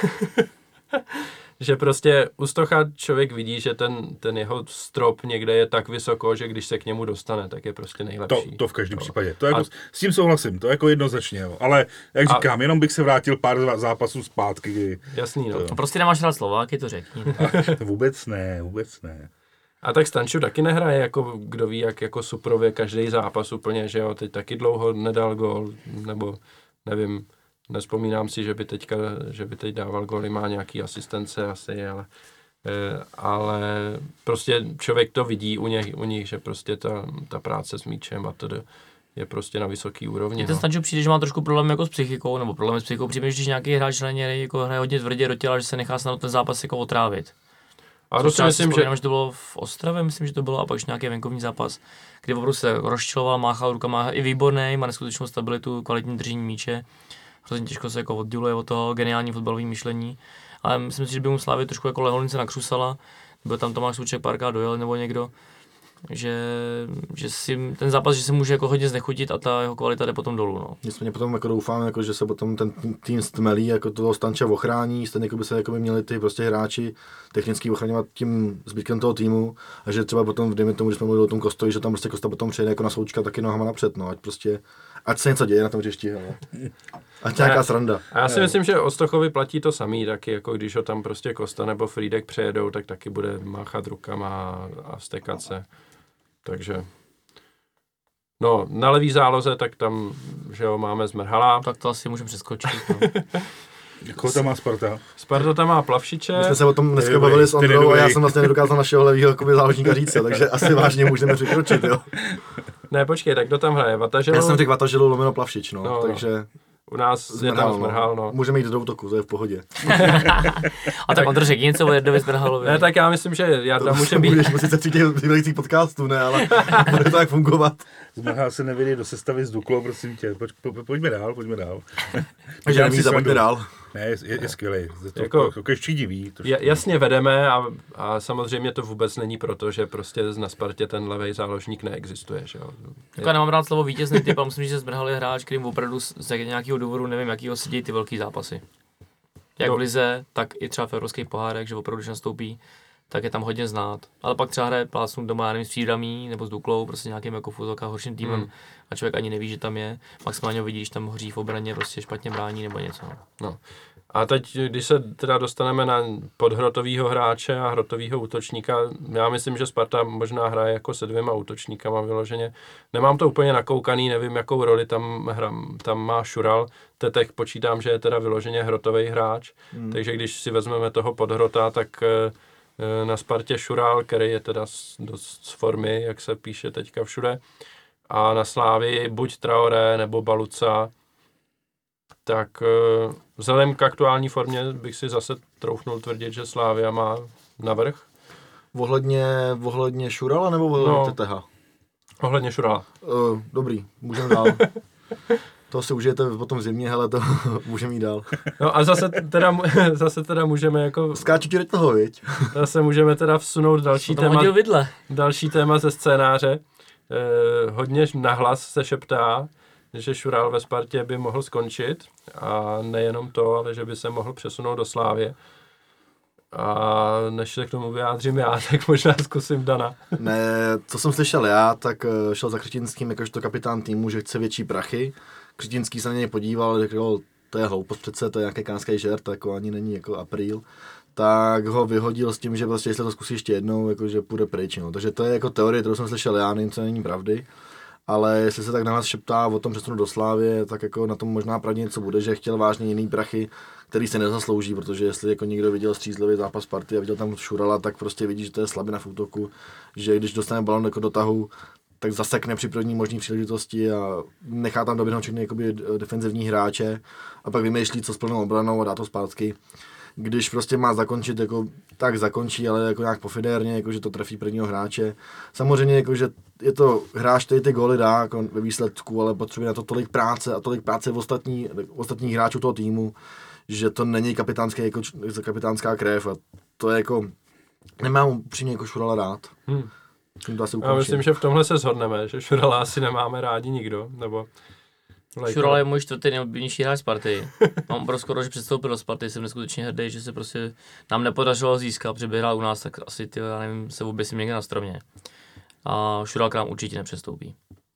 že prostě u Stocha člověk vidí, že ten, ten jeho strop někde je tak vysoko, že když se k němu dostane, tak je prostě To, nejlepší. to v každém Jo. případě. To jako, A- s tím souhlasím, to jako jednoznačně, jo. Ale, jak A- říkám, jenom bych se vrátil pár zá- zápasů zpátky, kdy... Jasný, no. To- No prostě nemáš rád Slováky, to řekni. Vůbec ne, vůbec ne. A tak Stanču taky nehraje, jako kdo ví, jak jako suprově každý zápas úplně, že jo, teď taky dlouho nedal gól, nebo nevím, nespomínám si, že by teďka, že by teď dával góly, má nějaký asistence asi, ale, eh, ale prostě člověk to vidí u nich, u nich že prostě ta, ta práce s míčem a tedy je prostě na vysoký úrovni. Ten No. Stanču přijde, že má trošku problém jako s psychikou, nebo problém s psychikou, přijde, že když nějaký hráč na něj jako hraje hodně tvrdě do těla, že se nechá snad ten zápas jako otrávit. A to si myslím, že... že to bylo v Ostravě, myslím, že to bylo, a pak už nějaký venkovní zápas, kdy opravdu se rozčiloval, máchal rukama, i výborný, má neskutečnou stabilitu, kvalitní držení míče, hrozně těžko se jako odděluje od toho geniální fotbalové myšlení, ale myslím si, že by mu Slávě trošku jako leholnice nakřusala, byl tam Tomáš Souček párkrát dojel nebo někdo, že, že si ten zápas, že se může jako hodně znechutit a ta jeho kvalita jde potom dolů. No. Nicméně potom jako doufám, jako, že se potom ten tým stmelí, jako toho Stanča ochrání, stejně jako by se jako by měli ty prostě hráči technicky ochraňovat tím zbytkem toho týmu a že třeba potom, dejme tomu, že jsme mluvili o tom Kostovi, že tam prostě Kosta potom přejde jako na Součka taky nohama napřed, no, ať prostě, ať se něco děje na tom hřišti, hele. Ať nějaká sranda. A já si myslím, že o Stochovi platí to samý, taky jako když ho tam prostě Kosta nebo Frýdek přejedou, tak taky bude máchat rukama a, a stekat se. Takže No, na levý záloze, tak tam, že jo, máme Zmrhala. Tak to asi můžeme přeskočit. No. Koho tam má Sparta? Sparta tam má Plavšiče. My jsme se o tom dneska Ty bavili s dobrý, ty Ondrou a já dobrý. jsem vlastně nedokázal našeho levýho jakoby záložníka říct, jo, takže asi vážně můžeme překročit, jo. Ne, počkej, tak kdo tam hraje? Vataželo? Já jsem řekl Vataželu lomeno Plavšič, no, No, no. takže U nás je Zmrhal, tam Zmrhal, no. Můžeme jít do útoku, to je v pohodě. A tak Ondro, řekni něco o Jardovi Zmrhalovi. Ne, tak já myslím, že Jarda může být... Budeš muset se při těch vybělících podcastů, ne, ale bude to tak fungovat. Zmrhal se nevědí do sestavy s Duklou, prosím tě. Pojď, po, po, pojďme dál, pojďme dál. Takže Dělám nemí si pojďme srandu. dál. Ne, je, je, je skvělý. To, Jako- to, to ještě divý. To, Ja- jasně vedeme a, a samozřejmě to vůbec není proto, že prostě na Spartě ten levej záložník neexistuje, že jo. Jako já nemám rád slovo vítězný typ, ale myslím, že Zmrhal je hráč, kterým opravdu z z nějakého důvodu, nevím jakýho, si dějí ty velký zápasy. Jak No. v lize, tak i třeba v evropských pohárech, že opravdu, když nastoupí, tak je tam hodně znát. Ale pak třeba hraje plácnout doma, já nevím, s Příbramí nebo s Duklou, prostě nějakým jako fuzolka horším týmem Hmm. a člověk ani neví, že tam je. Maximálně ho vidíš, tam hoří v obraně, prostě špatně brání nebo něco. No. A teď, když se teda dostaneme na podhrotovýho hráče a hrotovýho útočníka, já myslím, že Sparta možná hraje jako se dvěma útočníkama vyloženě. Nemám to úplně nakoukaný, nevím, jakou roli tam, hra, tam má Šural. Tetech počítám, že je teda vyloženě hrotový hráč, hmm. takže když si vezmeme toho podhrota, tak e, na Spartě Šural, který je teda z, dost z formy, jak se píše teďka všude, a na Slávii buď Traoré nebo Baluca, tak uh, vzhledem k aktuální formě bych si zase troufnul tvrdit, že Slavia má navrch. Ohledně, ohledně Šurala nebo ohledně No. Teteha? Ohledně Šurala. Uh, dobrý, můžeme dál. To si užijete potom v zimě, hele, to můžeme jít dál. No a zase teda, mu- zase teda můžeme jako, Skáču ti do toho, viď? zase můžeme teda vsunout další Tam téma, hodil vidle. další téma ze scénáře. Eh, hodně nahlas se šeptá, že Šural ve Spartě by mohl skončit a nejenom to, ale že by se mohl přesunout do Slávie. A než se k tomu vyjádřím já, tak možná zkusím Dana. Ne, co jsem slyšel já, tak eh, šel za Křetínským jakožto kapitán týmu, že chce větší prachy. Křetínský se na něj podíval, řekl, to je hloupost přece, to je nějaký kánský žert, to jako ani není jako apríl. Tak ho vyhodil s tím, že prostě jestli to zkusí ještě jednou, jako že půjde pryč. No. Takže to je jako teorie, kterou jsem slyšel já, nevím, co není pravdy. Ale jestli se tak na nás šeptá o tom přesunu do Slávie, tak jako na tom možná pravdě něco bude, že chtěl vážně jiný prachy, který se nezaslouží, protože jestli jako někdo viděl střízlivý zápas Sparty a viděl tam Šurala, tak prostě vidí, že to je slabina v útoku, že když dostane balon jako do tahu, tak zasekne při první možné příležitosti a nechá tam doběhnout všechny jakoby defenzivní hráče a pak vymýšlí, co s plnou obranou a dá to zpátky. Když prostě má zakončit, jako, tak zakončí, ale jako nějak pofidérně, jako, že to trefí prvního hráče. Samozřejmě, jako, že je to hráč, který ty góly dá jako ve výsledku, ale potřebuje na to tolik práce a tolik práce v ostatní, ostatních hráčů toho týmu, že to není kapitánský, jako, kapitánská krev a to je jako, nemám upřímně jako Šurala rád. Hmm. Tím to asi Já ukončím. myslím, že v tomhle se shodneme, že Šurala asi nemáme rádi nikdo, nebo... Šural je můj čtvrtý nejoblíbenější hráč Sparty. Mám obrovskou, že předstoupil do Sparty, jsem neskutečně hrdý, že se prostě nám nepodařilo získat, protože by hrál u nás, tak asi ty, já nevím, se oběsím někde na stromě. A Šural k nám určitě nepřestoupí.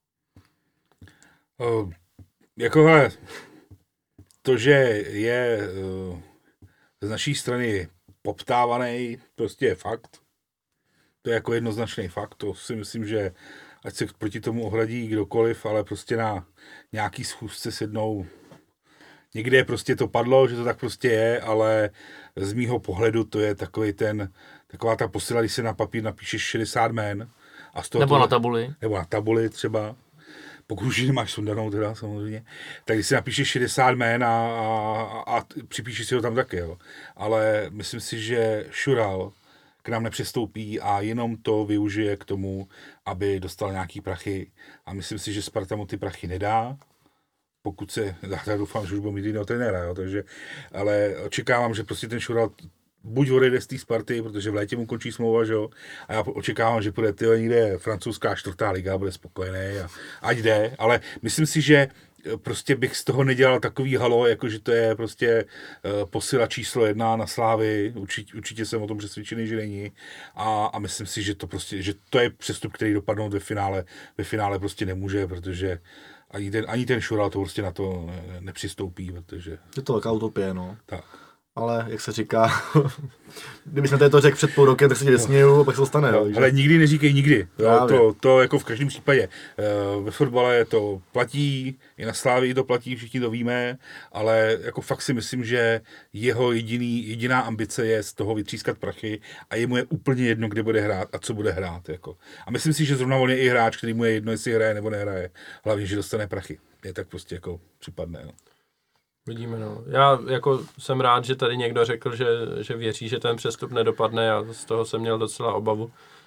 Uh, jako hele, to, že je uh, z naší strany poptávaný, prostě je fakt. To je jako jednoznačný fakt. To si myslím, že ať se proti tomu ohradí kdokoliv, ale prostě na nějaký schůzce s jednou někde prostě to padlo, že to tak prostě je, ale z mýho pohledu to je takový ten, taková ta posila, když se na papír napíšeš šedesát jmen. A z toho Nebo to, na tabuli. Nebo na tabuli třeba. Pokud už ji nemáš sundanou teda samozřejmě, tak když si napíšeš šedesát jmén a, a, a připíšeš si ho tam taky, jo. Ale myslím si, že Šural k nám nepřestoupí a jenom to využije k tomu, aby dostal nějaký prachy. A myslím si, že Sparta mu ty prachy nedá, pokud se, já doufám, že už budu mít jiného trenéra, jo, takže, ale očekávám, že prostě ten Šural buď odejde z té Sparty, protože v létě mu končí smlouva, že jo, a já očekávám, že půjde tyhle někde francouzská čtvrtá liga, bude spokojený a ať jde, ale myslím si, že prostě bych z toho nedělal takový halo, jakože to je prostě uh, posila číslo jedna na Slávy, určitě, určitě jsem o tom přesvědčený, že není a, a myslím si, že to prostě, že to je přestup, který dopadnout ve finále, ve finále prostě nemůže, protože ani ten, ani ten Šural to prostě na to nepřistoupí, protože... Je to velká utopie, no. Tak. ale jak se říká, kdyby jsme to řekl před půl rokem, tak se ti vysměju a pak se to stane. No, jo, ale nikdy neříkej nikdy. Jo, to, to jako v každém případě. Ve fotbale to platí, i na Slávii to platí, všichni to víme, ale jako fakt si myslím, že jeho jediný, jediná ambice je z toho vytřískat prachy a jemu je úplně jedno, kde bude hrát a co bude hrát. Jako. A myslím si, že zrovna on je i hráč, který mu je jedno, jestli hraje nebo nehraje. Hlavně, že dostane prachy. Je tak prostě jako připadne. No. Vidíme, no. Já jako jsem rád, že tady někdo řekl, že, že věří, že ten přestup nedopadne. Já z toho jsem měl docela obavu,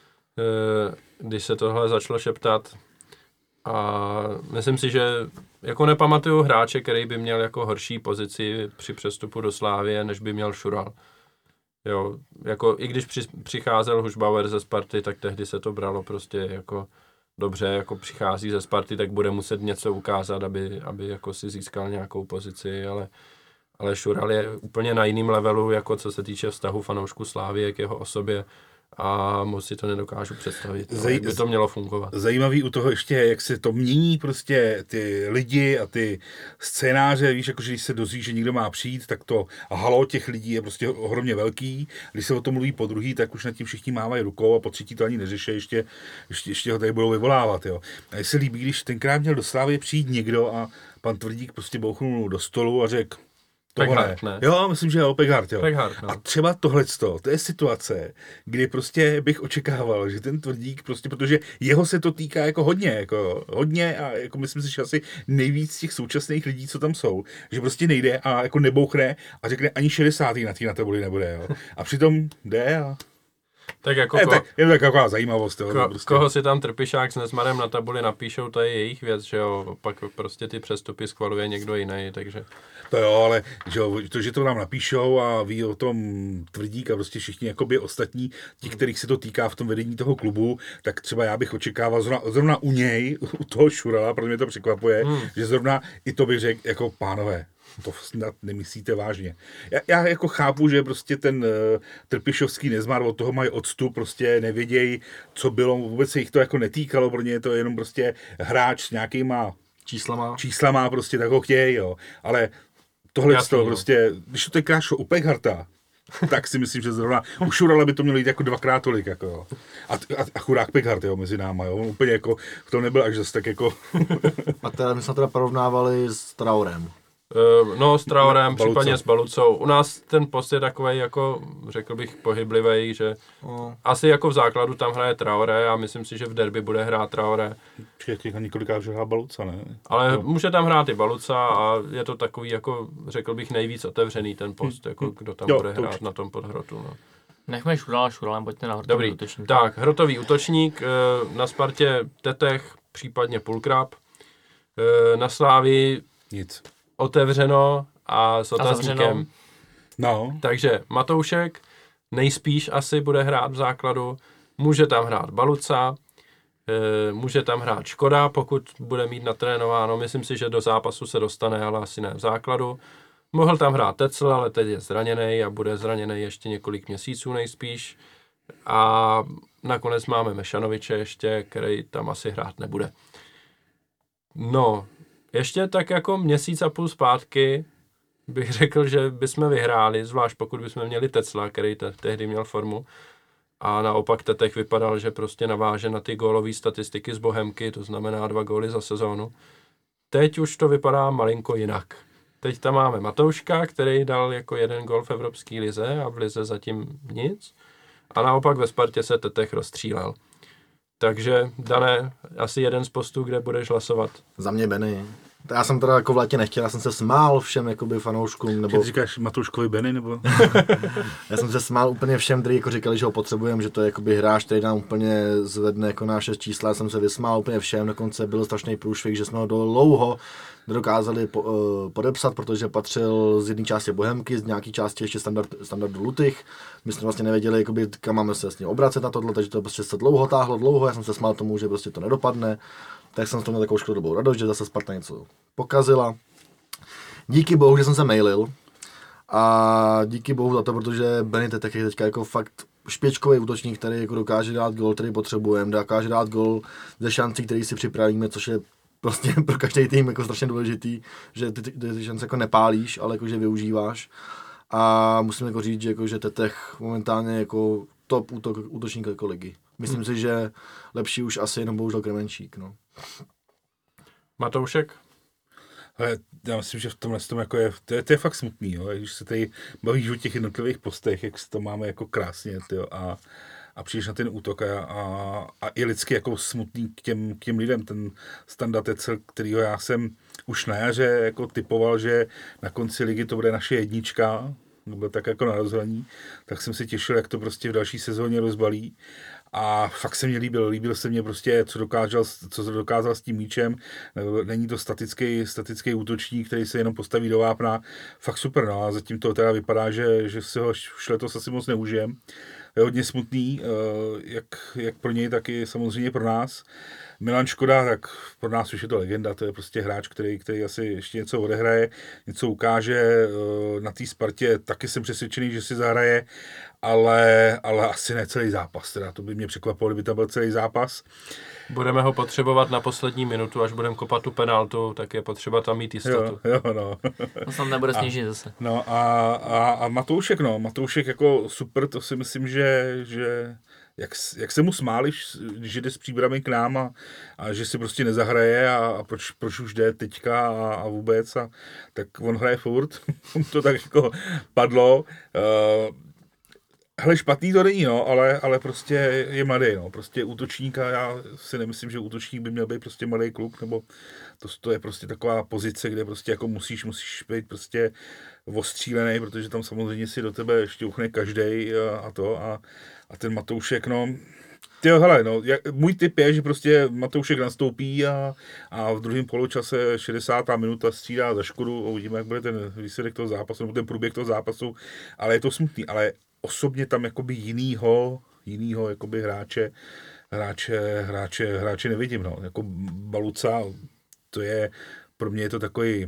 když se tohle začalo šeptat. A myslím si, že jako nepamatuju hráče, který by měl jako horší pozici při přestupu do Slávie, než by měl Šural. Jo, jako i když při, přicházel Hušbauer ze Sparty, tak tehdy se to bralo prostě jako dobře, jako přichází ze Sparty, tak bude muset něco ukázat, aby, aby jako si získal nějakou pozici, ale, ale Šural je úplně na jiném levelu, jako co se týče vztahu fanoušku Slávie k jeho osobě a moc si to nedokážu představit, Zaj- by to mělo fungovat. Zajímavý u toho ještě, jak se to mění prostě ty lidi a ty scénáře, víš, jakože když se dozví, že někdo má přijít, tak to halo těch lidí je prostě ohromně velký. Když se o tom mluví po druhý, tak už nad tím všichni mávají rukou a po třetí to ani neřeší, ještě, ještě, ještě ho tady budou vyvolávat. Jo. A se líbí, když tenkrát měl do Slávy přijít někdo a pan Tvrdík prostě bouchnul do stolu a řekl, Peghart, ne? Jo, myslím, že jo, Peghart, jo. Peghart, no. A třeba tohleto, to je situace, kdy prostě bych očekával, že ten Tvrdík prostě, protože jeho se to týká jako hodně, jako hodně a jako myslím si, že asi nejvíc těch současných lidí, co tam jsou, že prostě nejde a jako nebouchne a řekne ani šedesátý na té na tabuli nebude, jo. A přitom jde a... Tak jako je, ko- tak, je to taková zajímavost. Jo, ko- prostě. Koho si tam Trpišák s Nezmarem na tabuli napíšou, to je jejich věc, že jo, pak prostě ty přestupy schvaluje někdo jiný, takže... To jo, ale že jo, to, že to nám napíšou a ví o tom Tvrdík a prostě všichni jakoby ostatní, ti, kterých se to týká v tom vedení toho klubu, tak třeba já bych očekával zrovna, zrovna u něj, u toho Šurala, protože mě to překvapuje, hmm. že zrovna i to bych řekl jako pánové, to snad nemyslíte vážně. Já, já jako chápu, že prostě ten uh, Trpišovský Nezmar, od toho mají odstup, prostě nevědějí, co bylo, vůbec se jich to jako netýkalo, pro ně je to jenom prostě hráč s nějakýma číslama, číslama prostě tak ho chtějí, jo, ale tohle to prostě, když to tenkrát šlo u Pegharta, tak si myslím, že zrovna u Šurala by to mělo jít jako dvakrát tolik, jako jo. A, a, a chudák Peghart, jo, mezi náma, jo, úplně jako, v tom nebyl až zase tak jako... A teda my jsme teda porovnávali s Traorem. Uh, no, s Traorem, případně s Balucou. U nás ten post je takovej jako, řekl bych, pohyblivý, že oh. asi jako v základu tam hraje Traore a myslím si, že v derby bude hrát Traore. Počkej, několikrát už hrál Baluca, ne? Ale no. může tam hrát i Baluca a je to takový, jako řekl bych, nejvíc otevřený ten post, jako kdo tam jo, bude hrát určitě na tom podhrotu. No. Nechme Šurala, Šuralem, pojďte na hrotový Dobrý, útočník. tak, hrotový útočník, na Spartě Tetech, případně Pulkrab, na Slávii nic. Otevřeno a s otazníkem. No. Takže Matoušek nejspíš asi bude hrát v základu, může tam hrát Baluca, e, může tam hrát Škoda, pokud bude mít natrénováno, myslím si, že do zápasu se dostane, ale asi ne v základu. Mohl tam hrát Tecl, ale teď je zraněný a bude zraněný ještě několik měsíců nejspíš. A nakonec máme Mešanoviče ještě, který tam asi hrát nebude. No, ještě tak jako měsíc a půl zpátky bych řekl, že bychom vyhráli, zvlášť pokud bychom měli Tecla, který te- tehdy měl formu. A naopak Tetech vypadal, že prostě naváže na ty gólové statistiky z Bohemky, to znamená dva góly za sezónu. Teď už to vypadá malinko jinak. Teď tam máme Matouška, který dal jako jeden gól v Evropské lize a v lize zatím nic. A naopak ve Spartě se Tetech rozstřílel. Takže, Dané, asi jeden z postů, kde budeš hlasovat. Za mě Benny. Já jsem teda jako v létě nechtěl, já jsem se smál všem jakoby fanouškům, nebo... Ty říkáš Matouškovi Benny, nebo? Já jsem se smál úplně všem, kteří jako říkali, že ho potřebujeme, že to je jakoby hráč, který nám úplně zvedne jako na šest čísla, já jsem se vysmál úplně všem, dokonce byl strašný průšvih, že jsme ho dlouho nedokázali po, uh, podepsat, protože patřil z jedné části Bohemky, z nějaké části ještě standard, standardu Lutych. My jsme vlastně nevěděli, jakoby, kam máme se s ním obracet na tohle, takže to prostě se dlouho táhlo, dlouho, já jsem se smál tomu, že prostě to nedopadne. Tak jsem z toho měl takovou škodovou radost, že zase Sparta něco pokazila. Díky bohu, že jsem se mailil. A díky bohu za to, protože Benny Tetech je teďka jako fakt špičkový útočník, který jako dokáže dát gol, který potřebujeme, dokáže dát gol ze šancí, který si připravíme, což je prostě pro každý tým jako strašně důležitý, že ty, ty, ty šance jako nepálíš, ale jakože využíváš. A musím jako říct, že, jako, že Tetech momentálně jako top útok, útočník jako ligy. Myslím hmm. si, že lepší už asi jenom bohužel Kremenčík. No. Matoušek? Ale já myslím, že v tomhle tom jako je, to je, to je fakt smutný, jo? Když se tady bavíš o těch jednotlivých postech, jak to máme jako krásně, tyjo, a, a přijdeš na ten útok a, a, a i lidsky jako smutný k těm, k těm lidem, ten Standa Tecel, kterýho já jsem už na jaře jako typoval, že na konci ligy to bude naše jednička, byl tak jako na rozhraní, tak jsem se těšil, jak to prostě v další sezóně rozbalí. A fakt se mě líbil, líbil se mě prostě, co dokázal, co dokázal s tím míčem. Není to statický, statický útočník, který se jenom postaví do vápna. Fakt super, no a zatím to teda vypadá, že, že si ho už letos asi moc neužijem. Je hodně smutný, jak, jak pro něj, tak i samozřejmě pro nás. Milan Škoda, tak pro nás už je to legenda, to je prostě hráč, který, který asi ještě něco odehraje, něco ukáže na té Spartě, taky jsem přesvědčený, že si zahraje, ale, ale asi ne celý zápas, teda to by mě překvapilo, kdyby to byl celý zápas. Budeme ho potřebovat na poslední minutu, až budeme kopat tu penaltu, tak je potřeba tam mít jistotu. Jo, jo, no. To tam nebude sněžit zase. No a, a, a Matoušek, no, Matoušek jako super, to si myslím, že, že jak, jak se mu smáliš, když jde s příbrami k nám a, a že si prostě nezahraje a, a proč, proč už jde teďka a, a vůbec, a, tak on hraje furt, to tak jako padlo. Uh, Hele, špatný to není, no, ale, ale prostě je mladý, no, prostě útočník a já si nemyslím, že útočník by měl být prostě mladý kluk, nebo to, to je prostě taková pozice, kde prostě jako musíš, musíš být prostě ostřílený, protože tam samozřejmě si do tebe ještě uchne každej a, a to a, a ten Matoušek, no, tyjo, hele, no, jak, můj tip je, že prostě Matoušek nastoupí a, a v druhém poločase šedesátá minuta střídá za Škodu a uvidíme, jak bude ten výsledek toho zápasu, nebo ten průběh toho zápasu, ale je to smutný, ale osobně tam jakoby jinýho, jinýho jakoby hráče, hráče, hráče, hráče nevidím, no. Jako Baluca, to je, pro mě je to takový,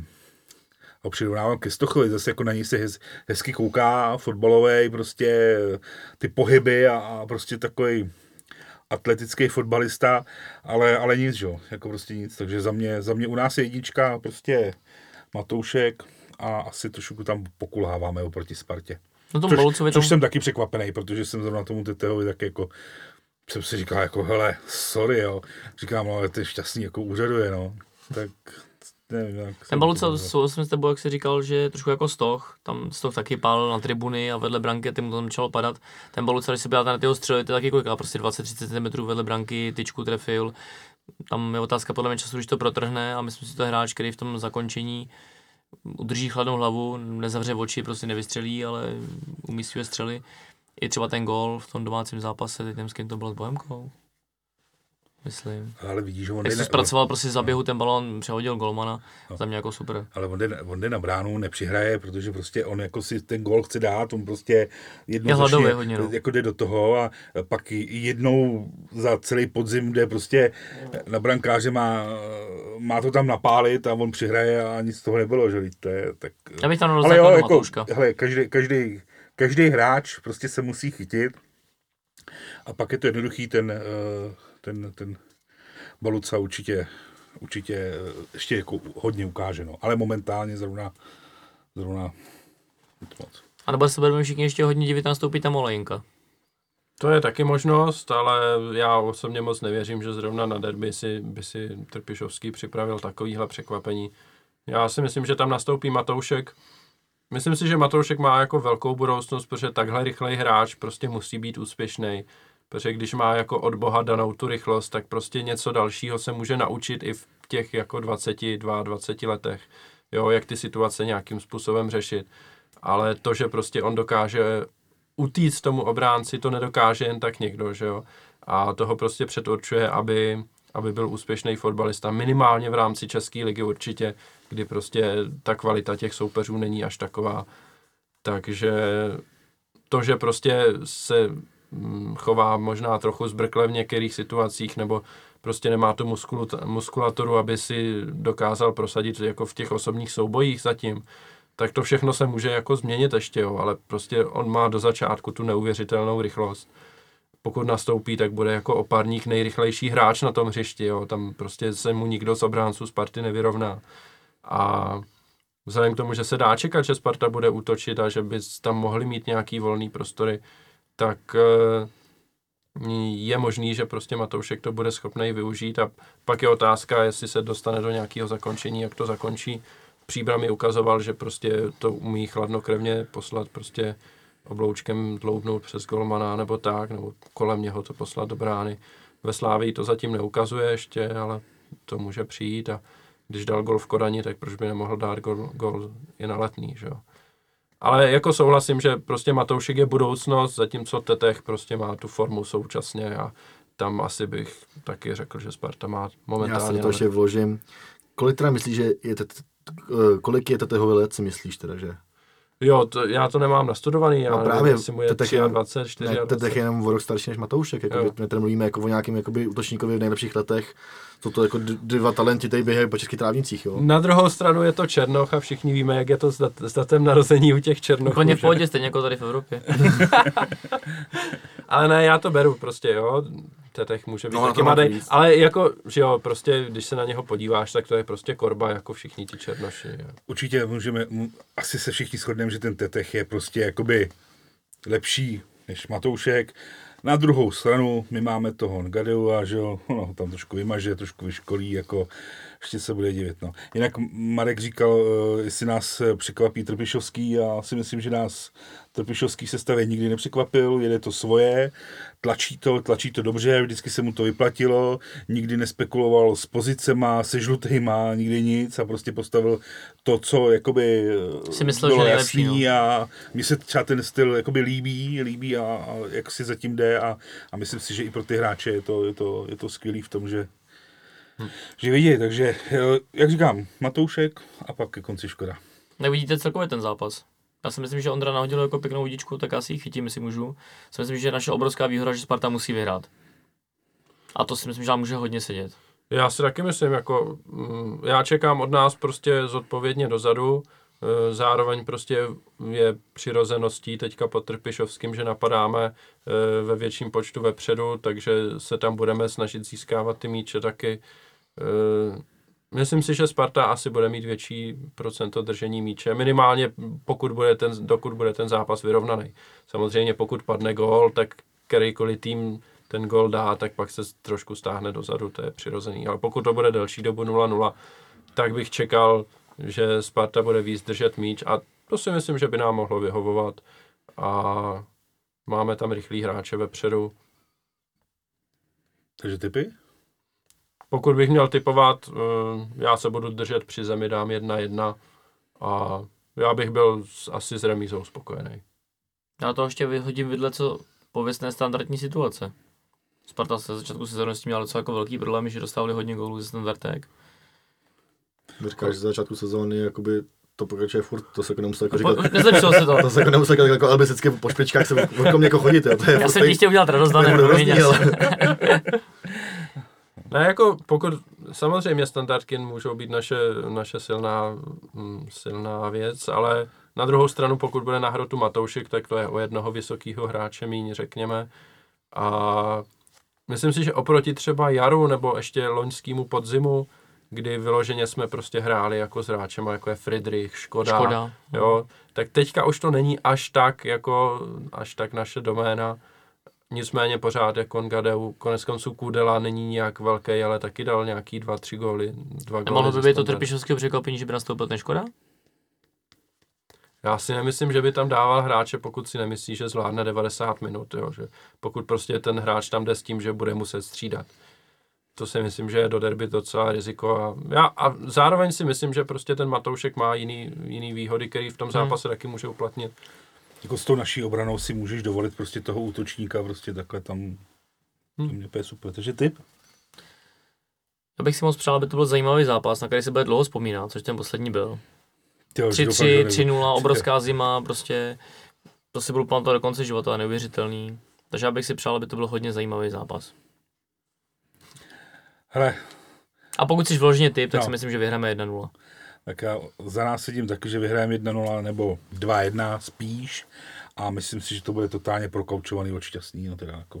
ho přirovnávám ke Stochovi, zase jako na něj se hez, hezky kouká, fotbalový, prostě ty pohyby a, a prostě takový atletický fotbalista, ale, ale nic, jo, jako prostě nic, takže za mě, za mě u nás je jednička, prostě Matoušek a asi trošku tam pokulháváme oproti Spartě. No tom což, Balucovi což tom... jsem taky překvapený, protože jsem zrovna tomu Tetehovi tak jako, jsem si říkal jako, hele, sorry, jo, říkám, ale to je šťastný, jako úřaduje, no, tak nevím, jak ten Baluca, souhlasím s tebou, jak jsi říkal, že je trošku jako Stoch, tam Stoch taky pál na tribuny a vedle branky, ty mu to začalo padat. Ten Baluca, když se byl na tyho střely, to taky koliká, prostě dvacet třicet centimetrů vedle branky, tyčku trefil. Tam je otázka podle mě času, když to protrhne a myslím si, že to je hráč, který v tom zakončení udrží chladnou hlavu, nezavře oči, prostě nevystřelí, ale umístuje střely. I třeba ten gól v tom domácím zápase, teď nevím, s kým to bylo, s Bohemkou. Myslím. Ale vidíš, že on Jak jde jsi zpracoval prostě za běhu ten balón, přehodil golmana, no. Za mě jako super. Ale on jde, on jde na bránu, nepřihraje, protože prostě on jako si ten gól chce dát, on prostě jednoznačně hodně, no. jako jde do toho a pak jednou za celý podzim jde prostě na brankáře, má, má to tam napálit a on přihraje a nic z toho nebylo, že to je tak... Já bych tam ale jo, jako, Matouška. hele, každý, každý, každý hráč prostě se musí chytit a pak je to jednoduchý ten, ten, ten Baluca určitě, určitě ještě jako hodně ukáže, no. Ale momentálně zrovna, zrovna moc. A nebo se budeme všichni ještě hodně divit, nastoupí tam Olejnka. To je taky možnost, ale já osobně moc nevěřím, že zrovna na derby si, by si Trpišovský připravil takovýhle překvapení. Já si myslím, že tam nastoupí Matoušek. Myslím si, že Matoušek má jako velkou budoucnost, protože takhle rychlej hráč prostě musí být úspěšný. Protože když má jako od Boha danou tu rychlost, tak prostě něco dalšího se může naučit i v těch jako dvaceti dvou, dvaceti letech. Jo, jak ty situace nějakým způsobem řešit. Ale to, že prostě on dokáže utíct tomu obránci, to nedokáže jen tak někdo, že jo. A toho prostě předurčuje, aby, aby byl úspěšný fotbalista. Minimálně v rámci České ligy určitě, kdy prostě ta kvalita těch soupeřů není až taková. Takže to, že prostě se chová možná trochu zbrkle v některých situacích, nebo prostě nemá tu muskulaturu, aby si dokázal prosadit jako v těch osobních soubojích zatím, tak to všechno se může jako změnit ještě, jo, ale prostě on má do začátku tu neuvěřitelnou rychlost. Pokud nastoupí, tak bude jako oparník nejrychlejší hráč na tom hřišti, jo, tam prostě se mu nikdo z obránců Sparty nevyrovná. A vzhledem k tomu, že se dá čekat, že Sparta bude útočit a že by tam mohli mít nějaký volný prostory, tak je možný, že prostě Matoušek to bude schopný využít a pak je otázka, jestli se dostane do nějakého zakončení, jak to zakončí. Příbram mi ukazoval, že prostě to umí chladnokrevně poslat prostě obloučkem dloubnout přes golmana nebo tak, nebo kolem něho to poslat do brány. Ve Slávii to zatím neukazuje ještě, ale to může přijít a když dal gol v Kodani, tak proč by nemohl dát gol, gol i na Letný, že jo. Ale jako souhlasím, že prostě Matoušek je budoucnost, zatímco Tetech prostě má tu formu současně a tam asi bych taky řekl, že Sparta má momentálně... Já se to ještě vložím. Kolik teda myslíš, že je tet, kolik je Tetehovi let, si myslíš teda, že? Jo, to, já to nemám nastudovaný, já no právě, nevím, jestli mu je Tetech je, dvacet tři, čtyřicet. Ne, Tetech je jenom o rok starší než Matoušek, jakoby, my tady mluvíme jako o nějakým jakoby, útočníkovi v nejlepších letech, jsou to jako dva talenti, tady běhají po českých trávnicích, jo. Na druhou stranu je to Černoch a všichni víme, jak je to s, dat, s datem narození u těch Černochů. Úplně v pohodě, stejně jako tady v Evropě. Ale ne, já to beru prostě, jo. Tetech může být no, taky mladý, ale jako, že jo, prostě, když se na něho podíváš, tak to je prostě korba, jako všichni ti Černoši. Jo. Určitě můžeme, asi se všichni shodneme, že ten Tetech je prostě jakoby lepší než Matoušek. Na druhou stranu my máme toho Ngadeua, že jo, ono tam trošku vymaže, trošku vyškolí, jako ještě se bude divit, no. Jinak Marek říkal, jestli nás překvapí Trpišovský, já si myslím, že nás Trpišovský sestavě nikdy nepřekvapil, jede to svoje, tlačí to, tlačí to dobře, vždycky se mu to vyplatilo, nikdy nespekuloval s pozicema, se žlutejma, nikdy nic a prostě postavil to, co jakoby si myslel, bylo že jasný no. A mně se třeba ten styl jakoby líbí, líbí a, a jak si zatím jde a, a myslím si, že i pro ty hráče je to, je to, je to skvělý v tom, že Hmm. že vidí, takže, jak říkám, Matoušek a pak ke konci Škoda. Nevidíte celkově ten zápas? Já si myslím, že Ondra nahodil jako pěknou udičku, tak asi ji chytím, jestli můžu. Si myslím, že je naše obrovská výhoda, že Sparta musí vyhrát. A to si myslím, že nám může hodně sedět. Já si taky myslím, jako, já čekám od nás prostě zodpovědně dozadu, zároveň prostě je přirozeností teďka pod Trpišovským, že napadáme ve větším počtu vepředu, takže se tam budeme snažit získávat ty míče taky. Myslím si, že Sparta asi bude mít větší procento držení míče, minimálně pokud bude ten, dokud bude ten zápas vyrovnaný. Samozřejmě pokud padne gól, tak kterýkoliv tým ten gól dá, tak pak se trošku stáhne dozadu, to je přirozený. Ale pokud to bude delší dobu nula nula, tak bych čekal, že Sparta bude víc držet míč a to si myslím, že by nám mohlo vyhovovat. A máme tam rychlý hráče vepředu. Takže tipy? Pokud bych měl tipovat, já se budu držet při zemi, dám jedna jedna a já bych byl asi s remízou spokojený. Já to ještě vyhodím vidle co pověstné standardní situace. Sparta se začátku sezóny s tím měla docela jako velký problém, že dostávali hodně gólů ze standardek. Říkáš, že za začátku sezóny jakoby to pokračuje furt, to se jako nemusel jako říkat. Nezlepšilo se to. To se jako nemusel jako, jako albesicky po špičkách se v jako chodit, jo. To je já jsem ti chtěl udělat radost, ale Ne, jako pokud, samozřejmě standardky můžou být naše, naše silná, silná věc, ale na druhou stranu, pokud bude na hrotu Matoušek, tak to je o jednoho vysokého hráče míň, řekněme. A myslím si, že oproti třeba jaru nebo ještě loňskému podzimu, kdy vyloženě jsme prostě hráli jako s hráčema, jako je Friedrich, Škoda, Škoda. Jo, tak teďka už to není až tak, jako, až tak naše doména. Nicméně pořád jako Ngadeu, konec konců Kudela není nějak velký, ale taky dal nějaký dva, tři góly. Dva góly Nemohlo by být to Trpišovského překvapení, že by nastoupil ten Škoda? Já si nemyslím, že by tam dával hráče, pokud si nemyslí, že zvládne devadesát minut. Jo, že pokud prostě ten hráč tam jde s tím, že bude muset střídat. To si myslím, že je do derby docela riziko. A, já, a zároveň si myslím, že prostě ten Matoušek má jiný, jiný výhody, který v tom zápase hmm. taky může uplatnit. Jako s tou naší obranou si můžeš dovolit prostě toho útočníka, prostě takhle tam, hmm. to mě je super. Takže tip? Já bych si moc přál, aby to byl zajímavý zápas, na který se bude dlouho vzpomínat, což ten poslední byl. tři tři, tři nula, obrovská zima, prostě to si budu pamatovat do konce života, neuvěřitelný. Takže já bych si přál, aby to byl hodně zajímavý zápas. Hele. A pokud jsi vloženě tip, tak no. si myslím, že vyhráme jedna nula. Tak já za nás sedím taky, že vyhrajeme jedna nula nebo dva jedna spíš a myslím si, že to bude totálně prokaučovaný od šťastný, no teda jako.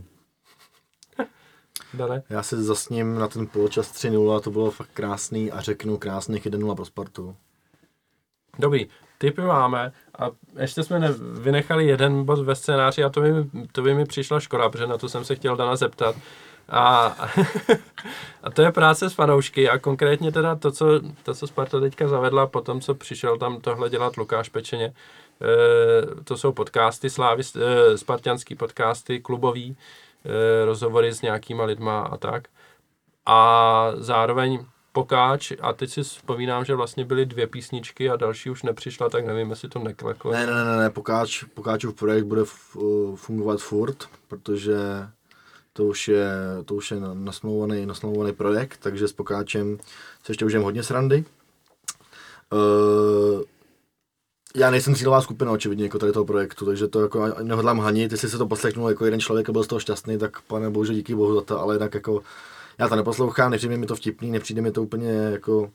Dane? Já se zasním na ten poločas tři nula, to bylo fakt krásný a řeknu krásných jedna nula pro Spartu. Dobrý, tipy máme a ještě jsme ne, vynechali jeden bod ve scénáři a to by, mi, to by mi přišla škoda, protože na to jsem se chtěl Dana zeptat. A, a to je práce s fanoušky a konkrétně teda to, co, to, co Sparta teďka zavedla po tom, co přišel tam tohle dělat Lukáš Pečeně. E, to jsou podcasty, slávy, e, spartianský podcasty, klubový, e, rozhovory s nějakýma lidma a tak. A zároveň Pokáč, a teď si vzpomínám, že vlastně byly dvě písničky a další už nepřišla, tak nevím, jestli to nekleklo. Ne, ne, ne, ne, Pokáč, Pokáčův projekt bude f- fungovat furt, protože to už je, to už je nasmlouvaný, nasmlouvaný projekt, takže s Pokáčem se ještě užijeme hodně srandy. Uh, já nejsem cílová skupina očividně jako tady toho projektu, takže to jako nehodlám hanit, jestli se to poslechnul jako jeden člověk a byl z toho šťastný, tak pane bože, díky bohu za to, ale jinak jako já to neposlouchám, nepřijde mi to vtipný, nepřijde mi to úplně jako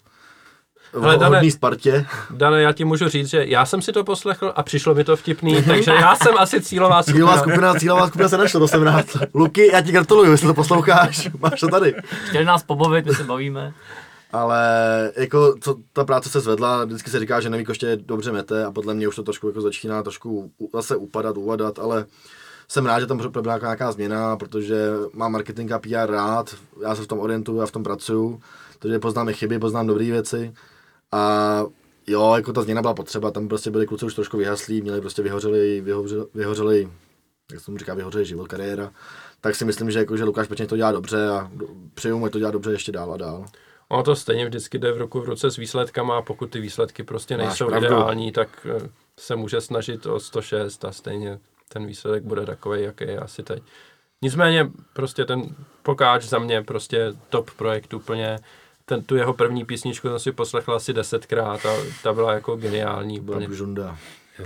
v hodný Spartě. Dane, já ti můžu říct, že já jsem si to poslechl a přišlo mi to vtipný, takže já jsem asi cílová skupina. Cílová skupina, cílová skupina se našla, to jsem rád. Luky, já ti gratuluju, jestli to posloucháš, máš to tady. Chtěli nás pobavit, my se bavíme. Ale jako co, ta práce se zvedla, vždycky se říká, že Nový Koště dobře mete a podle mě už to trošku jako začíná trošku zase upadat, uvadat, ale jsem rád, že tam proběhla nějaká změna, protože mám marketing a P R rád, já se v tom orientuju, já v tom pracuju, takže poznám i chyby, poznám dobré věci a jo, jako ta změna byla potřeba, tam prostě byli kluci už trošku vyhaslí, měli prostě vyhořeli, vyhořeli, vyhořeli jak se tomu říká, vyhořeli život, kariéra, tak si myslím, že, jako, že Lukáš Pečeň to dělá dobře a přeju mu to dělá dobře ještě dál a dál. Ono to stejně vždycky jde v ruku v ruce s výsledkama a pokud ty výsledky prostě nejsou Máš ideální, tak se může snažit o sto šest a stejně ten výsledek bude takový, jaký je asi teď. Nicméně prostě ten Pokáč za mě prostě top projekt úplně. Ten, tu jeho první písničku jsem si poslechl asi desetkrát a ta byla jako geniální. Byla žunda.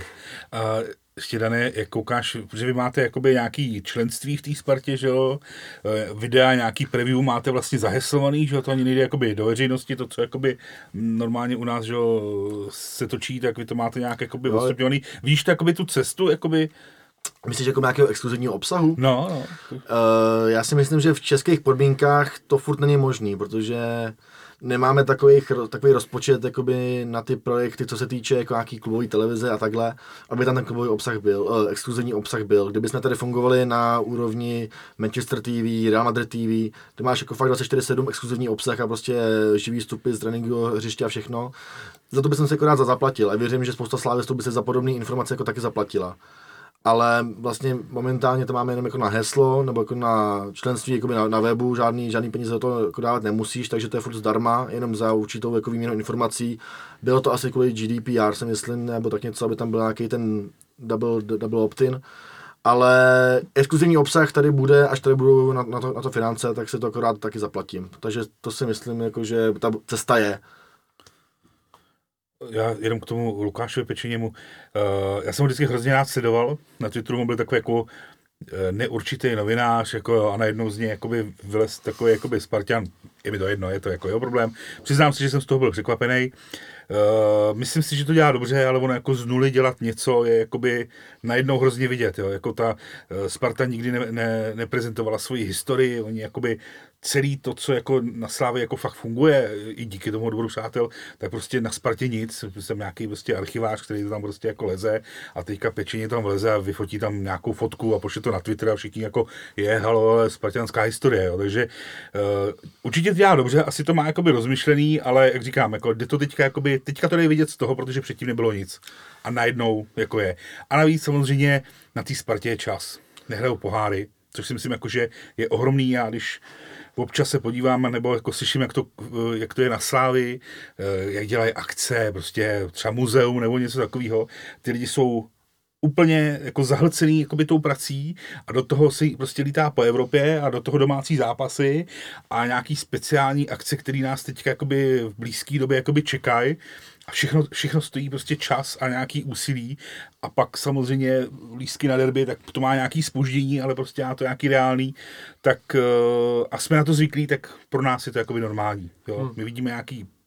A ještě Dané, jak koukáš, že vy máte jakoby nějaký členství v té Spartě, že jo, videa, nějaký preview máte vlastně zaheslovaný, že jo, to ani nejde jakoby do veřejnosti, to, co jakoby normálně u nás, že jo, se točí, tak vy to máte nějak jakoby odstupňovaný. Víš to jakoby tu cestu, jakoby... Myslíš jako nějakého exkluzivního obsahu? No, no. Uh, já si myslím, že v českých podmínkách to furt není možný, protože nemáme takový, takový rozpočet jakoby, na ty projekty, co se týče jako nějaký klubový televize a takhle, aby tam ten klubový obsah byl, uh, exkluzivní obsah byl. Kdyby jsme tady fungovali na úrovni Manchester T V, Real Madrid T V, ty máš jako fakt dvacet čtyři sedm exkluzivní obsah a prostě živý vstupy z tréninkového hřiště a všechno. Za to bych se jako rád zaplatil a věřím, že spousta slávistů by se za podobné informace jako taky zaplatila. Ale vlastně momentálně to máme jenom jako na heslo, nebo jako na členství jako na, na webu, žádný, žádný peníze za to jako dávat nemusíš, takže to je furt zdarma, jenom za určitou jako výměnu informací. Bylo to asi kvůli G D P R, si myslím, nebo tak něco, aby tam byl nějaký ten double, double opt-in. Ale exkluzivní obsah tady bude, až tady budou na, na, to, na to finance, tak se to akorát taky zaplatím. Takže to si myslím, jako, že ta cesta je. Já jenom k tomu Lukášovi Pečeněmu, uh, já jsem ho vždycky hrozně rád sledoval, na Twitteru byl takový jako uh, neurčitý novinář jako, a najednou z něj jakoby vylez takový jakoby Spartan, je mi to jedno, je to jako jeho problém. Přiznám se, že jsem z toho byl překvapený. Uh, myslím si, že to dělá dobře, ale ono jako z nuly dělat něco je jakoby najednou hrozně vidět, jo. Jako ta uh, Sparta nikdy ne, ne, neprezentovala svoji historii, oni jakoby celý to, co jako na Slávě jako fakt funguje, i díky tomu odboru přátel, tak prostě na Spartě nic, jsem nějaký prostě archivář, který to tam prostě jako leze a teďka Pečeně tam vleze a vyfotí tam nějakou fotku a pošle to na Twitter a všichni jako je, halo, ale spartianská historie, jo. Takže uh, určitě to dělá dobře, asi to má jakoby rozmyšlený, ale jak říkám, jako jde to teďka jakoby, teďka to jde vidět z toho, protože předtím nebylo nic a najednou jako je. A navíc samozřejmě na té Spartě je čas, nehrajou poháry, což si myslím, jako, že je ohromný. Já když občas se podívám, nebo jako slyším, jak to, jak to je na Slávii, jak dělají akce, prostě třeba muzeum nebo něco takového. Ty lidi jsou úplně jako zahlcený jakoby tou prací a do toho si prostě lítá po Evropě a do toho domácí zápasy a nějaký speciální akce, které nás teďka jakoby v blízké době jakoby čekají. A všechno, všechno stojí prostě čas a nějaký úsilí a pak samozřejmě lístky na derby, tak to má nějaký zpoždění, ale prostě má to nějaký reálný, tak uh, a jsme na to zvyklí, tak pro nás je to jakoby normální. Jo? Hmm. My vidíme nějaký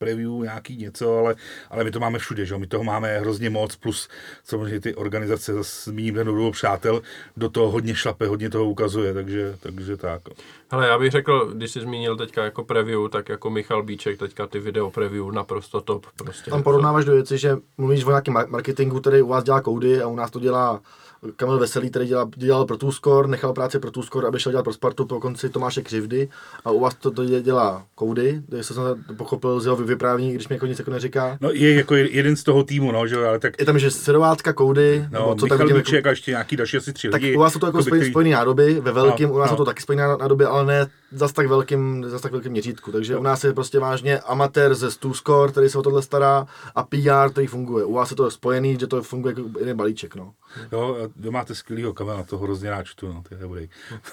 preview, nějaký něco, ale, ale my to máme všude, že jo? My toho máme hrozně moc, plus samozřejmě ty organizace, zase zmíním ten Odboru přátel, do toho hodně šlape, hodně toho ukazuje, takže, takže tak. Hele, já bych řekl, když jsi zmínil teďka jako preview, tak jako Michal Bíček, teďka ty video preview naprosto top. Prostě. Tam porovnáváš do věci, že mluvíš o nějakém marketingu, který u vás dělá koudy a u nás to dělá Kamil Veselý, který dělal, dělal pro TwoScore, nechal práci pro TwoScore, aby šel dělat pro Spartu po konci Tomáše Křivdy a u vás to, to dělá koudy, jestli jsem to pochopil z jeho vyprávění, když mi jako nic jako neříká. No je jako jeden z toho týmu, no, že ale tak... Je tam, že Sedovátka, koudy, no, nebo co Michal tak vidím, Bíček jako... a ještě nějaký další asi tři Tak lidi. u vás jsou to jako spoj, který... spojený nádoby, ve velkým, no, u nás no. jsou to taky spojené nádoby, ale ne zas tak velkým, zas tak velkým měřítku, takže u nás je prostě vážně amatér ze TwoScore, který se o tohle stará a P R, který funguje. U vás je to spojený, že to funguje jako jeden balíček, no. Jo, vy máte skvělýho Kamila, toho hrozně rád čtu, no, to je dobrý.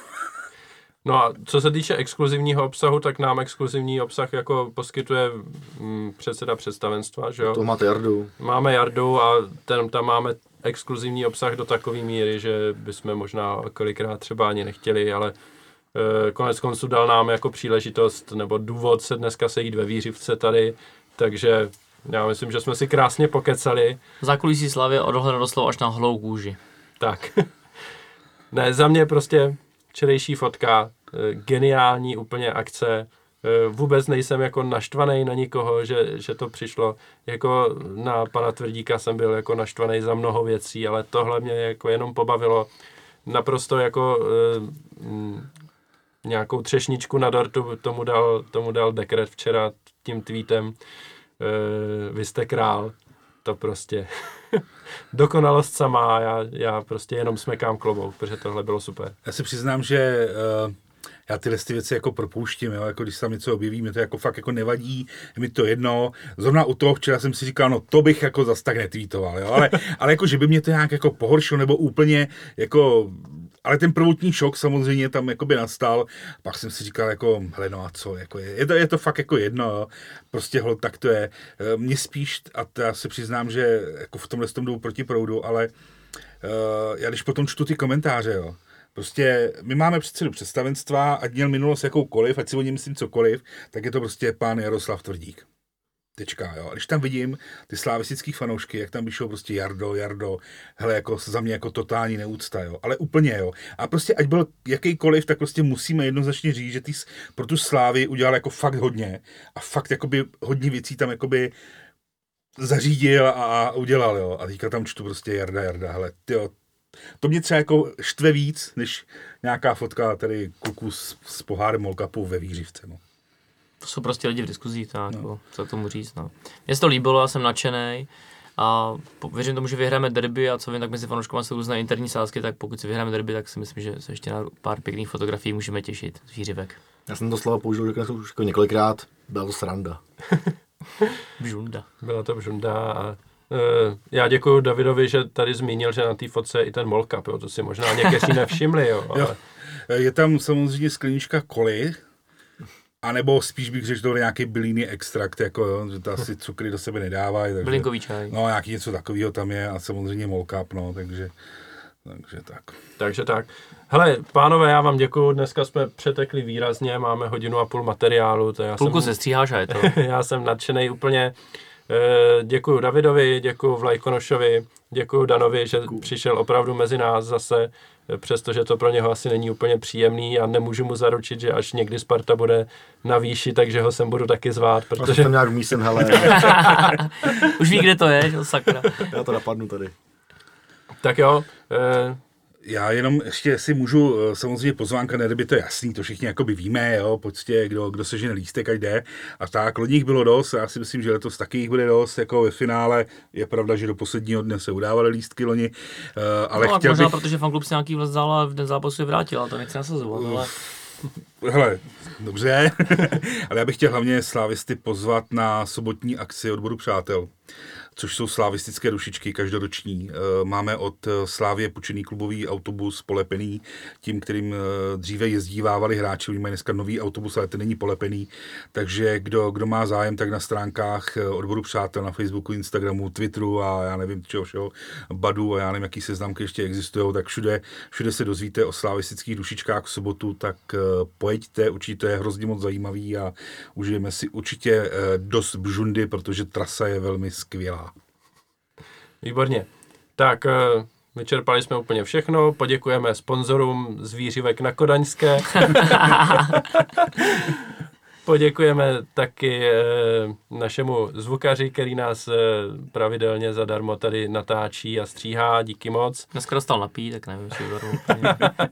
No a co se týče exkluzivního obsahu, tak nám exkluzivní obsah jako poskytuje mm, předseda představenstva, že jo? To máte Jardu. Máme Jardu a ten, tam máme exkluzivní obsah do takové míry, že bychom možná kolikrát třeba ani nechtěli, ale e, konec konců dal nám jako příležitost nebo důvod se dneska sejít ve Vířivce tady, takže já myslím, že jsme si krásně pokecali. Zákulisí Slavě odhaleno doslova až na holou kůži. Tak. Ne, za mě prostě včerejší fotka, geniální úplně akce, vůbec nejsem jako naštvaný na nikoho, že, že to přišlo, jako na pana Tvrdíka jsem byl jako naštvaný za mnoho věcí, ale tohle mě jako jenom pobavilo, naprosto jako mm, nějakou třešničku na dortu tomu dal, tomu dal Dekret včera tím tweetem, vy jste král, to prostě dokonalost sama, já, já prostě jenom smekám klobouk, protože tohle bylo super. Já se přiznám, že uh, já tyhle ty věci jako propouštím, jo? Jako když tam něco objeví, mě to jako fakt jako nevadí, je mi to jedno. Zrovna u toho včera jsem si říkal, no to bych jako zas tak netweetoval, jo? Ale, ale jako, že by mě to nějak jako pohoršilo, nebo úplně jako... Ale ten prvotní šok samozřejmě tam jakoby nastal, pak jsem si říkal jako, hele no a co, jako je, je, to, je to fakt jako jedno, jo. Prostě hol, tak to je. Mně spíš, a to já se přiznám, že jako v tomhle tom jdou proti proudu, ale uh, já když potom čtu ty komentáře, jo, prostě my máme předsedu představenstva, ať měl minulost jakoukoliv, ať si o něm myslím cokoliv, tak je to prostě pán Jaroslav Tvrdík. Tečka, jo. A když tam vidím ty slavistický fanoušky, jak tam vyšlo prostě Jardo, Jardo, hele, jako za mě jako totální neúcta, jo. Ale úplně, jo. A prostě ať byl jakýkoliv, tak prostě musíme jednoznačně říct, že ty pro tu Slávy udělal jako fakt hodně a fakt jakoby hodně věcí tam jakoby zařídil a, a udělal, jo. A teďka tam čtu prostě Jarda, Jarda, hele, tyjo. To mě třeba jako štve víc, než nějaká fotka tady kluku s, s pohárem Molkapu ve Vířivce, no. To jsou prostě lidi v diskuzích, tak no. Jako, co k tomu říct, no. Mně se to líbilo, já jsem nadšenej a po, věřím tomu, že vyhráme derby a co vím, tak mezi fanouškama jsou různé interní sázky, tak pokud si vyhráme derby, tak si myslím, že se ještě na pár pěkných fotografií můžeme těšit z Vířivek. Já jsem to slovo použil už jako několikrát, byla to sranda. Bžunda. Byla to bžunda a uh, já děkuju Davidovi, že tady zmínil, že na té fotce je i ten molkap, jo, to si možná někteří nevšimli, jo, ale... jo. Je tam samozřejmě sklenička koly, a nebo spíš bych řekl, že to je nějaký bylíný extrakt, jako jo, že to asi cukry do sebe nedávají. Takže, bylinkový čaj. No, nějaký něco takového tam je a samozřejmě molkap, no, takže, takže tak. Takže tak. Hele, pánové, já vám děkuju, dneska jsme přetekli výrazně, máme hodinu a půl materiálu. To já Půlku jsem, se stříháš a je to. Já jsem nadšenej úplně. Děkuju Davidovi, děkuju Vlajkonošovi, děkuju Danovi, že děkuju. Přišel opravdu mezi nás zase, přestože to pro něho asi není úplně příjemný a nemůžu mu zaručit, že až někdy Sparta bude na výši, takže ho sem budu taky zvát, protože... jsem nějak mísem, hele. Už ví, kde to je, že sakra. Já to napadnu tady. Tak jo, eh... Já jenom ještě si můžu, samozřejmě pozvánka na derby, to je jasný, to všichni jakoby víme, jo, poctě, kdo, kdo sežene lístek, ať jde. A tak, loni jich bylo dost, já si myslím, že letos taky jich bude dost, jako ve finále. Je pravda, že do posledního dne se udávaly lístky loni, uh, ale no, chtěl možná, bych... protože fanklub si nějaký vlez vzal a v den zápasu je vrátil, ale to nechci nasazovat, ale... Hele, dobře, ale já bych chtěl hlavně slávisty pozvat na sobotní akci Odboru přátel, což jsou slavistické dušičky každoroční. Máme od Slávie půjčený klubový autobus polepený tím, kterým dříve jezdívávali hráči, oni mají dneska nový autobus, ale ten není polepený, takže kdo, kdo má zájem, tak na stránkách Odboru přátel na Facebooku, Instagramu, Twitteru a já nevím čeho všeho, Badu a já nevím, jaký seznamky ještě existují, tak všude, všude se dozvíte o slavistických dušičkách v sobotu, tak pojeďte, určitě to je hrozně moc zajímavý a užijeme si určitě eh, dost bžundy, protože trasa je velmi skvělá. Výborně. Tak eh, vyčerpali jsme úplně všechno, poděkujeme sponzorům z Výřivek na Kodaňské. Poděkujeme taky e, našemu zvukaři, který nás e, pravidelně zadarmo tady natáčí a stříhá, díky moc. Dneska dostal napít, tak nevím, jestli zadarmo úplně.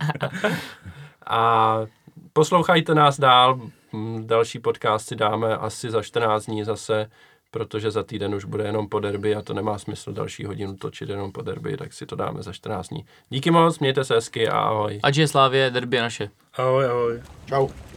A poslouchajte nás dál, další podcast si dáme asi za čtrnáct dní zase, protože za týden už bude jenom po derby a to nemá smysl další hodinu točit jenom po derby, tak si to dáme za čtrnáct dní. Díky moc, mějte se hezky a ahoj. Ať je Slávě, derby je naše. Ahoj, ahoj. Čau.